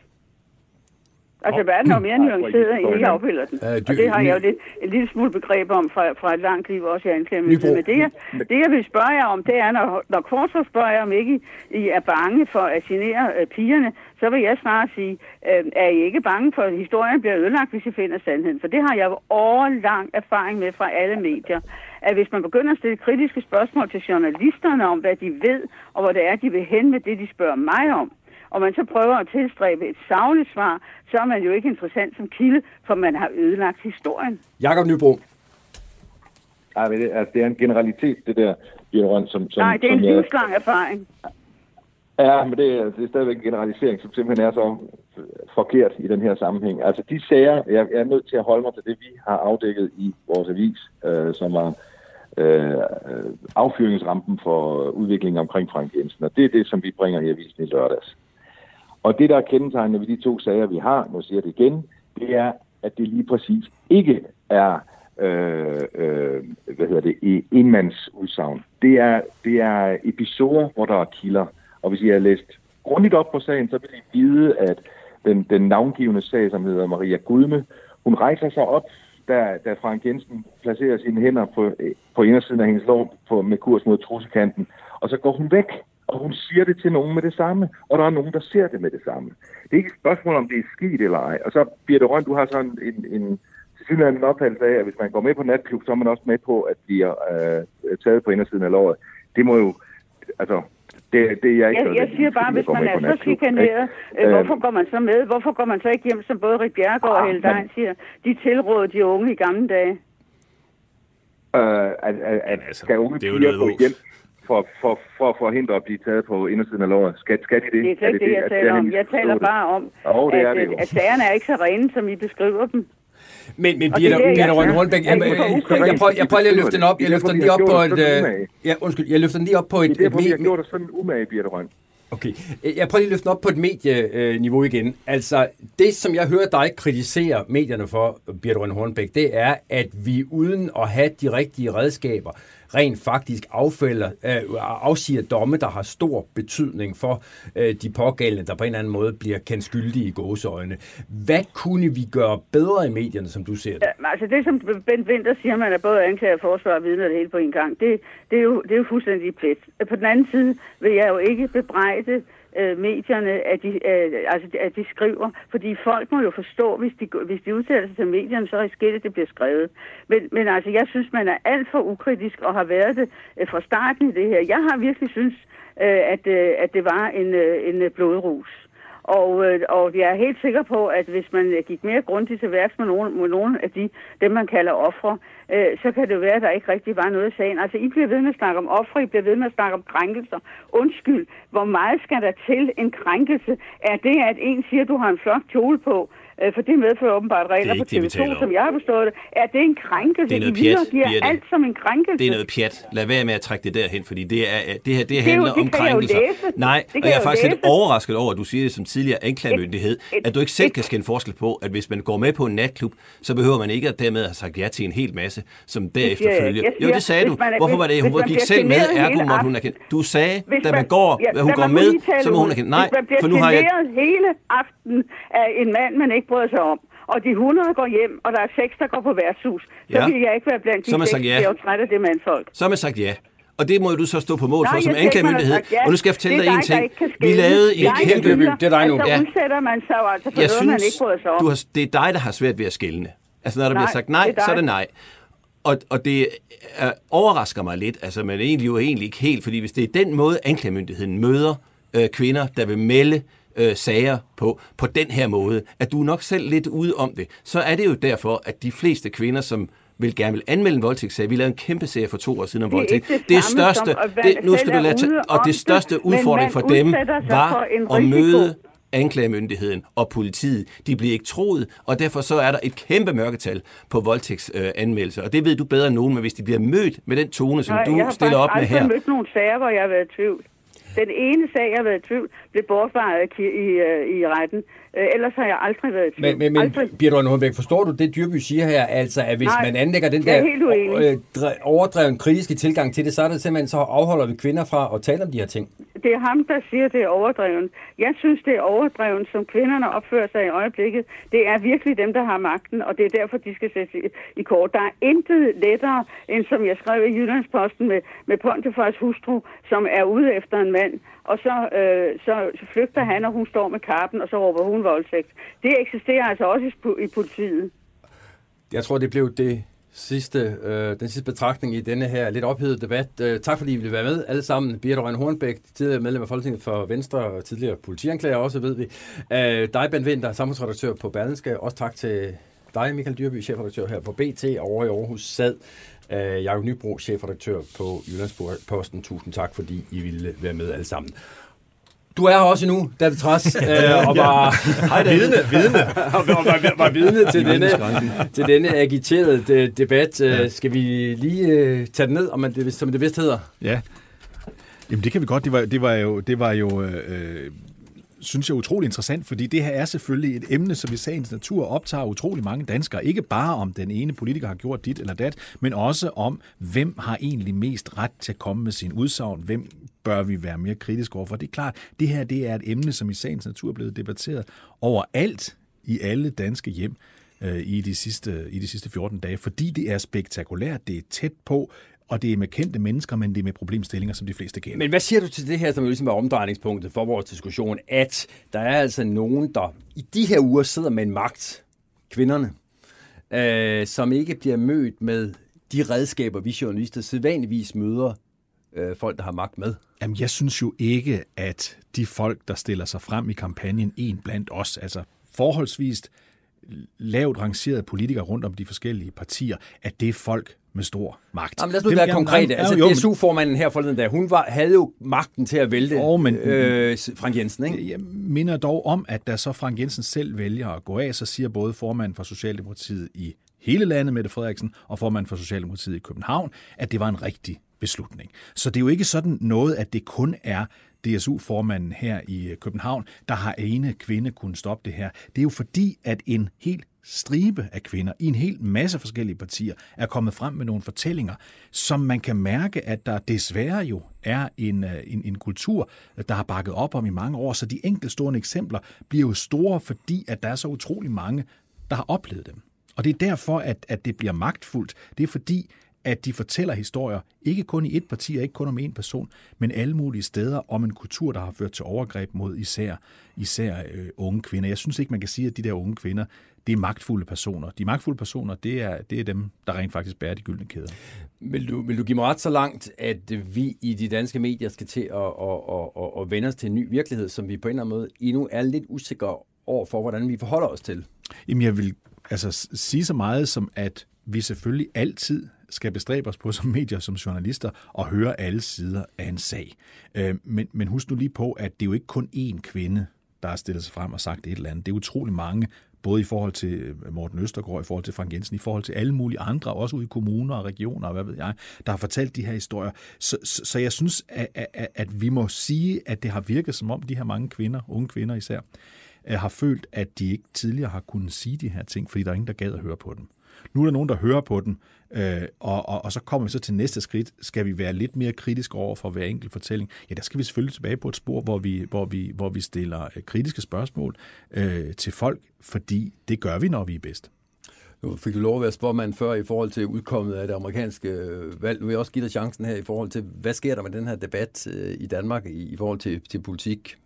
Altså, verden er jo mere nuanceret, end I afbilder den. Uh, og det har jeg jo lidt, en lille smule begreb om fra, fra et langt liv, også i anklagemyndigheden. Men det jeg, det, jeg vil spørge jer om, det er, når, når Kvartrup spørger jer, om ikke I, I er bange for at genere øh, pigerne, så vil jeg snart sige, øh, er I ikke bange for, at historien bliver ødelagt, hvis I finder sandheden? For det har jeg jo årelang erfaring med fra alle medier. At hvis man begynder at stille kritiske spørgsmål til journalisterne om, hvad de ved, og hvor det er, de vil hen med det, de spørger mig om, og man så prøver at tilstræbe et sagligt svar, så er man jo ikke interessant som kilde, for man har ødelagt historien. Jakob Nybro. Ej, men det, altså, det er en generalitet, det der, Bjørn, som... som Nej, det er en som, livslang erfaring. Ja, men det er, det er stadigvæk en generalisering, som simpelthen er så forkert i den her sammenhæng. Altså, de sager, jeg, jeg er nødt til at holde mig til det, vi har afdækket i vores avis, øh, som er øh, affyringsrampen for udviklingen omkring Frank Jensen, og det er det, som vi bringer i avisen i lørdags. Og det, der er kendetegnende ved de to sager, vi har, nu siger jeg det igen, det er, at det lige præcis ikke er, øh, øh, hvad hedder det, enmandsudsagn. Det er, det er episoder, hvor der er kilder. Og hvis I har læst grundigt op på sagen, så vil I vide, at den, den navngivende sag, som hedder Maria Gudme, hun rejser sig op, da, da Frank Jensen placerer sine hænder på, på indersiden af hendes lår på, med kurs mod trussekanten, og så går hun væk. Og hun siger det til nogen med det samme, og der er nogen, der ser det med det samme. Det er ikke et spørgsmål, om det er skidt eller ej. Og så, Birte Rønne, du har sådan en, en tilsyneladende opfattelse af, at hvis man går med på natklub, så er man også med på, at bliver øh, taget på indersiden af låret. Det må jo, altså, det, det er jeg ikke... Jeg, jeg siger bare, hvis man er så chikaneret, øh, hvorfor går man så med? Hvorfor går man så ikke hjem, som både Rik Bjerregaard og Helle Degn siger, de tilråder de unge i gamle dage? Øh, at, at, at altså, skal unge piger gå hjem? For, for, for at forhindre at blive taget på indersiden af låret. Skal, skal de det? Det er ikke det, det, jeg taler om. Jeg taler bare om, oh, det at, er det at sagerne er ikke så rene, som I beskriver dem. Men, men Birthe Rønn Hornbech, jeg, jeg, jeg, prøver, jeg prøver lige at løfte den op. Jeg løfter den lige op på et... Ja, undskyld, jeg løfter den lige op på et... Det er derfor, vi har gjort os sådan umage, Birthe Rønn. Okay, jeg prøver lige at løfte den op på et medieniveau igen. Altså, det som jeg hører dig kritisere medierne for, Birthe Rønn Hornbech, det er, at vi uden at have de rigtige redskaber, rent faktisk affælder, øh, afsiger domme, der har stor betydning for øh, de pågældende, der på en eller anden måde bliver kendt skyldige i gåseøjne. Hvad kunne vi gøre bedre i medierne, som du ser det? Ja, altså det, som Bent Winther siger, man er både anklager, forsvar og vidner det hele på en gang, det, det, er, jo, det er jo fuldstændig plet. På den anden side vil jeg jo ikke bebrejde øh, medierne, at de, øh, altså, at de skriver, fordi folk må jo forstå, hvis de, hvis de udtaler sig til medierne, så risikerer det, at det bliver skrevet. Men, men altså, jeg synes, man er alt for ukritisk og har været det øh, fra starten i det her. Jeg har virkelig synes, øh, at, øh, at det var en, øh, en blodrus. Og, øh, og jeg er helt sikker på, at hvis man gik mere grundigt til værks med nogle, med nogle af de, dem man kalder ofre, øh, så kan det være, at der ikke rigtig var noget i sagen. Altså, I bliver ved med at snakke om ofre, I bliver ved med at snakke om krænkelser. Undskyld, hvor meget skal der til en krænkelse? Er det, at en siger, at du har en flot kjole på, øh, for det medfører åbenbart regler på T V to, som jeg har forstået det. Er det en krænkelse? Det er noget I pjat, giver alt som en krænkelse. Det er noget pjat. Lad være med at trække det derhen, fordi det, er, det her det handler det jo, det om krænkelser. Nej, og jeg er faktisk lidt overrasket over, at du siger det som tidligere anklagemyndighed, at du ikke selv kan skænde forskel på, at hvis man går med på en natklub, så behøver man ikke at dermed have sagt ja til en hel masse, som derefter følger. Jo, det sagde du. Hvorfor var det? Hun gik selv med, ergo måtte hun erkende. Du sagde, da man går, at hun går med, så må hun erkende. Nej, for nu har jeg... hele aften af en mand, man ikke bryder sig om, og de hundrede går hjem, og der er seks, der går på værtshus, så ja. vil jeg ikke være blandt de seks, ja. Jeg er jo træt af det mandfolk. Så har man sagt ja. Og det må du så stå på mål for som anklagemyndighed. Ja. Og nu skal jeg fortælle dig en ting. Vi lavede en kæmpe... Det er dig nu. Altså, udsætter man sig jo altså for jeg noget, synes, man ikke bryder sig om. Du har, det er dig, der har svært ved at skelne. Altså, når der nej, bliver sagt nej, så er det nej. Og, og det er, overrasker mig lidt, altså, men egentlig jo egentlig ikke helt, fordi hvis det er den måde, anklagemyndigheden møder øh, kvinder, der vil melde øh, sager på, på den her måde, at du er nok selv lidt ude om det, så er det jo derfor, at de fleste kvinder, som vil gerne vil anmelde en voldtægtssag. Vi lavede en kæmpe serie for to år siden om voldtægt. Det, det største, det, nu skal du lade tage, og det største udfordring for dem var at møde anklagemyndigheden og politiet. De bliver ikke troet, og derfor så er der et kæmpe mørketal på voldtægtsanmeldelser. Og det ved du bedre end nogen, men hvis de bliver mødt med den tone, som Nej, du stiller op med her. Jeg har mødt nogle sager, hvor jeg har været i tvivl. Den ene sag, jeg har været i tvivl, blev bortvaret i, i, i retten. Ellers har jeg aldrig været i tvivl. Men, men, men Birthe Rønn Hornbech, forstår du det, Dyrby siger her? Altså, at hvis Nej, man anlægger den der overdreven kritiske tilgang til det, så er det simpelthen, så afholder vi kvinder fra at tale om de her ting. Det er ham, der siger, det er overdreven. Jeg synes, det er overdreven, som kvinderne opfører sig i øjeblikket. Det er virkelig dem, der har magten, og det er derfor, de skal sættes i, i kort. Der er intet lettere, end som jeg skrev i Jyllandsposten med, med Pontefars hustru, som er ude efter en mand, og så, øh, så, så flygter han, og hun står med karpen, og så råber hun voldtægt. Det eksisterer altså også i, i politiet. Jeg tror, det blev det sidste, øh, den sidste betragtning i denne her lidt ophedede debat. Øh, tak fordi I ville være med alle sammen. Birthe Rønn Hornbech, tidligere medlem af Folketinget for Venstre, og tidligere politianklager også, ved vi. Øh, dig, Bent Winther, samfundsredaktør på Berlingske. Også tak til dig, Michael Dyrby, chefredaktør her på B T, og over i Aarhus sad øh, Jakob Nybro, chefredaktør på Jyllandsposten. Tusind tak, fordi I ville være med alle sammen. Du er her også nu, David Trads, øh, og var vidne, vidne, og var, var vidne til denne, til denne agiterede de, debat. Ja. Skal vi lige øh, tage den ned, om man, det, som det vist hedder? Ja, jamen det kan vi godt. Det var, det var jo, det var jo øh, synes jeg, utrolig interessant, fordi det her er selvfølgelig et emne, som i sagens natur optager utrolig mange danskere. Ikke bare om den ene politiker har gjort dit eller dat, men også om, hvem har egentlig mest ret til at komme med sin udsagn, hvem bør vi være mere kritiske overfor. Det er klart, det her det er et emne, som i sagens natur er blevet debatteret overalt i alle danske hjem øh, i, de sidste, i de sidste fjorten dage, fordi det er spektakulært, det er tæt på, og det er med kendte mennesker, men det er med problemstillinger, som de fleste kender. Men hvad siger du til det her, som ligesom er omdrejningspunktet for vores diskussion, at der er altså nogen, der i de her uger sidder med en magt, kvinderne, øh, som ikke bliver mødt med de redskaber, vi journalister sædvanligvis møder øh, folk, der har magt med? Jamen, jeg synes jo ikke, at de folk, der stiller sig frem i kampagnen, en blandt os, altså forholdsvist lavt rangerede politikere rundt om de forskellige partier, at det er folk med stor magt. Jamen, lad os nu være konkrete. Altså, D S U-formanden her forleden dag, hun var, havde jo magten til at vælte jo, men, øh, Frank Jensen, ikke? Jeg minder dog om, at da så Frank Jensen selv vælger at gå af, så siger både formanden for Socialdemokratiet i hele landet, Mette Frederiksen, og formanden for Socialdemokratiet i København, at det var en rigtig beslutning. Så det er jo ikke sådan noget, at det kun er D S U-formanden her i København, der har ene kvinde kunne stoppe det her. Det er jo fordi, at en helt stribe af kvinder i en hel masse forskellige partier er kommet frem med nogle fortællinger, som man kan mærke, at der desværre jo er en, en, en kultur, der har bakket op om i mange år, så de enkeltstående eksempler bliver jo store, fordi at der er så utrolig mange, der har oplevet dem. Og det er derfor, at, at det bliver magtfuldt. Det er fordi, at de fortæller historier, ikke kun i et parti og ikke kun om en person, men alle mulige steder om en kultur, der har ført til overgreb mod især, især øh, unge kvinder. Jeg synes ikke, man kan sige, at de der unge kvinder, det er magtfulde personer. De magtfulde personer, det er, det er dem, der rent faktisk bærer de gyldne kæder. Vil du, vil du give mig ret så langt, at vi i de danske medier skal til at, at, at, at vende os til en ny virkelighed, som vi på en eller anden måde endnu er lidt usikre over for, hvordan vi forholder os til? Jamen, jeg vil altså sige så meget som, at vi selvfølgelig altid skal bestræbe os på som medier, som journalister, og høre alle sider af en sag. Men, men husk nu lige på, at det er jo ikke kun én kvinde, der har stillet sig frem og sagt et eller andet. Det er utrolig mange, både i forhold til Morten Østergaard, i forhold til Frank Jensen, i forhold til alle mulige andre, også ude i kommuner og regioner, og hvad ved jeg, der har fortalt de her historier. Så, så, så jeg synes, at, at, at vi må sige, at det har virket som om de her mange kvinder, unge kvinder især, har følt, at de ikke tidligere har kunnet sige de her ting, fordi der er ingen, der gad at høre på dem. Nu er der nogen, der hører på dem, øh, og, og, og så kommer vi så til næste skridt. Skal vi være lidt mere kritiske over for hver enkelt fortælling? Ja, der skal vi selvfølgelig tilbage på et spor, hvor vi, hvor vi, hvor vi stiller kritiske spørgsmål øh, til folk, fordi det gør vi, når vi er bedst. Nu fik du lov at være spormand før i forhold til udkommet af det amerikanske valg. Nu vil jeg også give dig chancen her i forhold til, hvad sker der med den her debat øh, i Danmark i, i forhold til, til politik?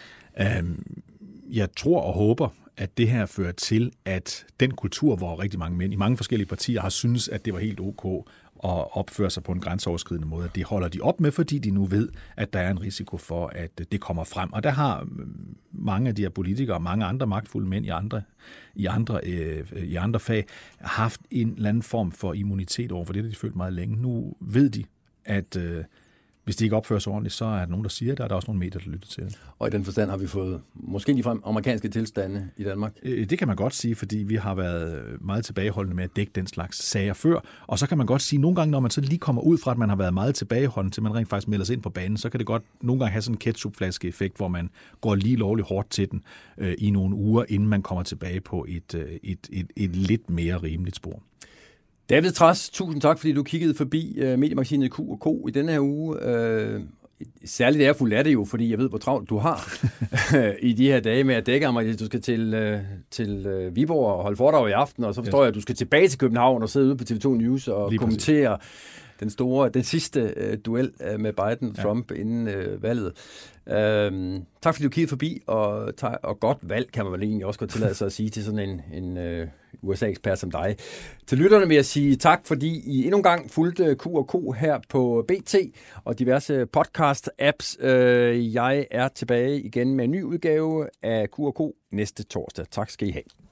Um, jeg tror og håber, at det her fører til, at den kultur, hvor rigtig mange mænd i mange forskellige partier har syntes, at det var helt ok at opføre sig på en grænseoverskridende måde, det holder de op med, fordi de nu ved, at der er en risiko for, at det kommer frem. Og der har mange af de her politikere og mange andre magtfulde mænd i andre, i andre, øh, i andre fag haft en eller anden form for immunitet over for det, de har følt meget længe. Nu ved de, at øh, hvis de ikke opfører sig ordentligt, så er der nogen, der siger det, og der er også nogle medier, der lytter til det. Og i den forstand har vi fået måske ligefrem amerikanske tilstande i Danmark? Det kan man godt sige, fordi vi har været meget tilbageholdende med at dække den slags sager før. Og så kan man godt sige, at nogle gange, når man så lige kommer ud fra, at man har været meget tilbageholdende, til man rent faktisk melder sig ind på banen, så kan det godt nogle gange have sådan en ketchupflaske-effekt, hvor man går lige lovligt hårdt til den øh, i nogle uger, inden man kommer tilbage på et, et, et, et, et lidt mere rimeligt spor. David Trads, tusind tak, fordi du kiggede forbi uh, mediemagasinet Q og K i denne her uge. Uh, særligt ærefuldt er det jo, fordi jeg ved, hvor travlt du har i de her dage med at dække Amalie. Du skal til, uh, til uh, Viborg og holde foredrag i aften, og så forstår yes. jeg, at du skal tilbage til København og sidde ude på T V to News og lige kommentere præcis. den store, den sidste uh, duel uh, med Biden og Trump ja. inden uh, valget. Uh, tak fordi du kiggede forbi, og, og godt valg, kan man vel egentlig også godt tillade sig at sige til sådan en, en uh, U S A-ekspert som dig. Til lytterne vil jeg sige tak, fordi I endnu en gang fulgte Q og K her på B T og diverse podcast-apps. Jeg er tilbage igen med en ny udgave af Q og K næste torsdag. Tak skal I have.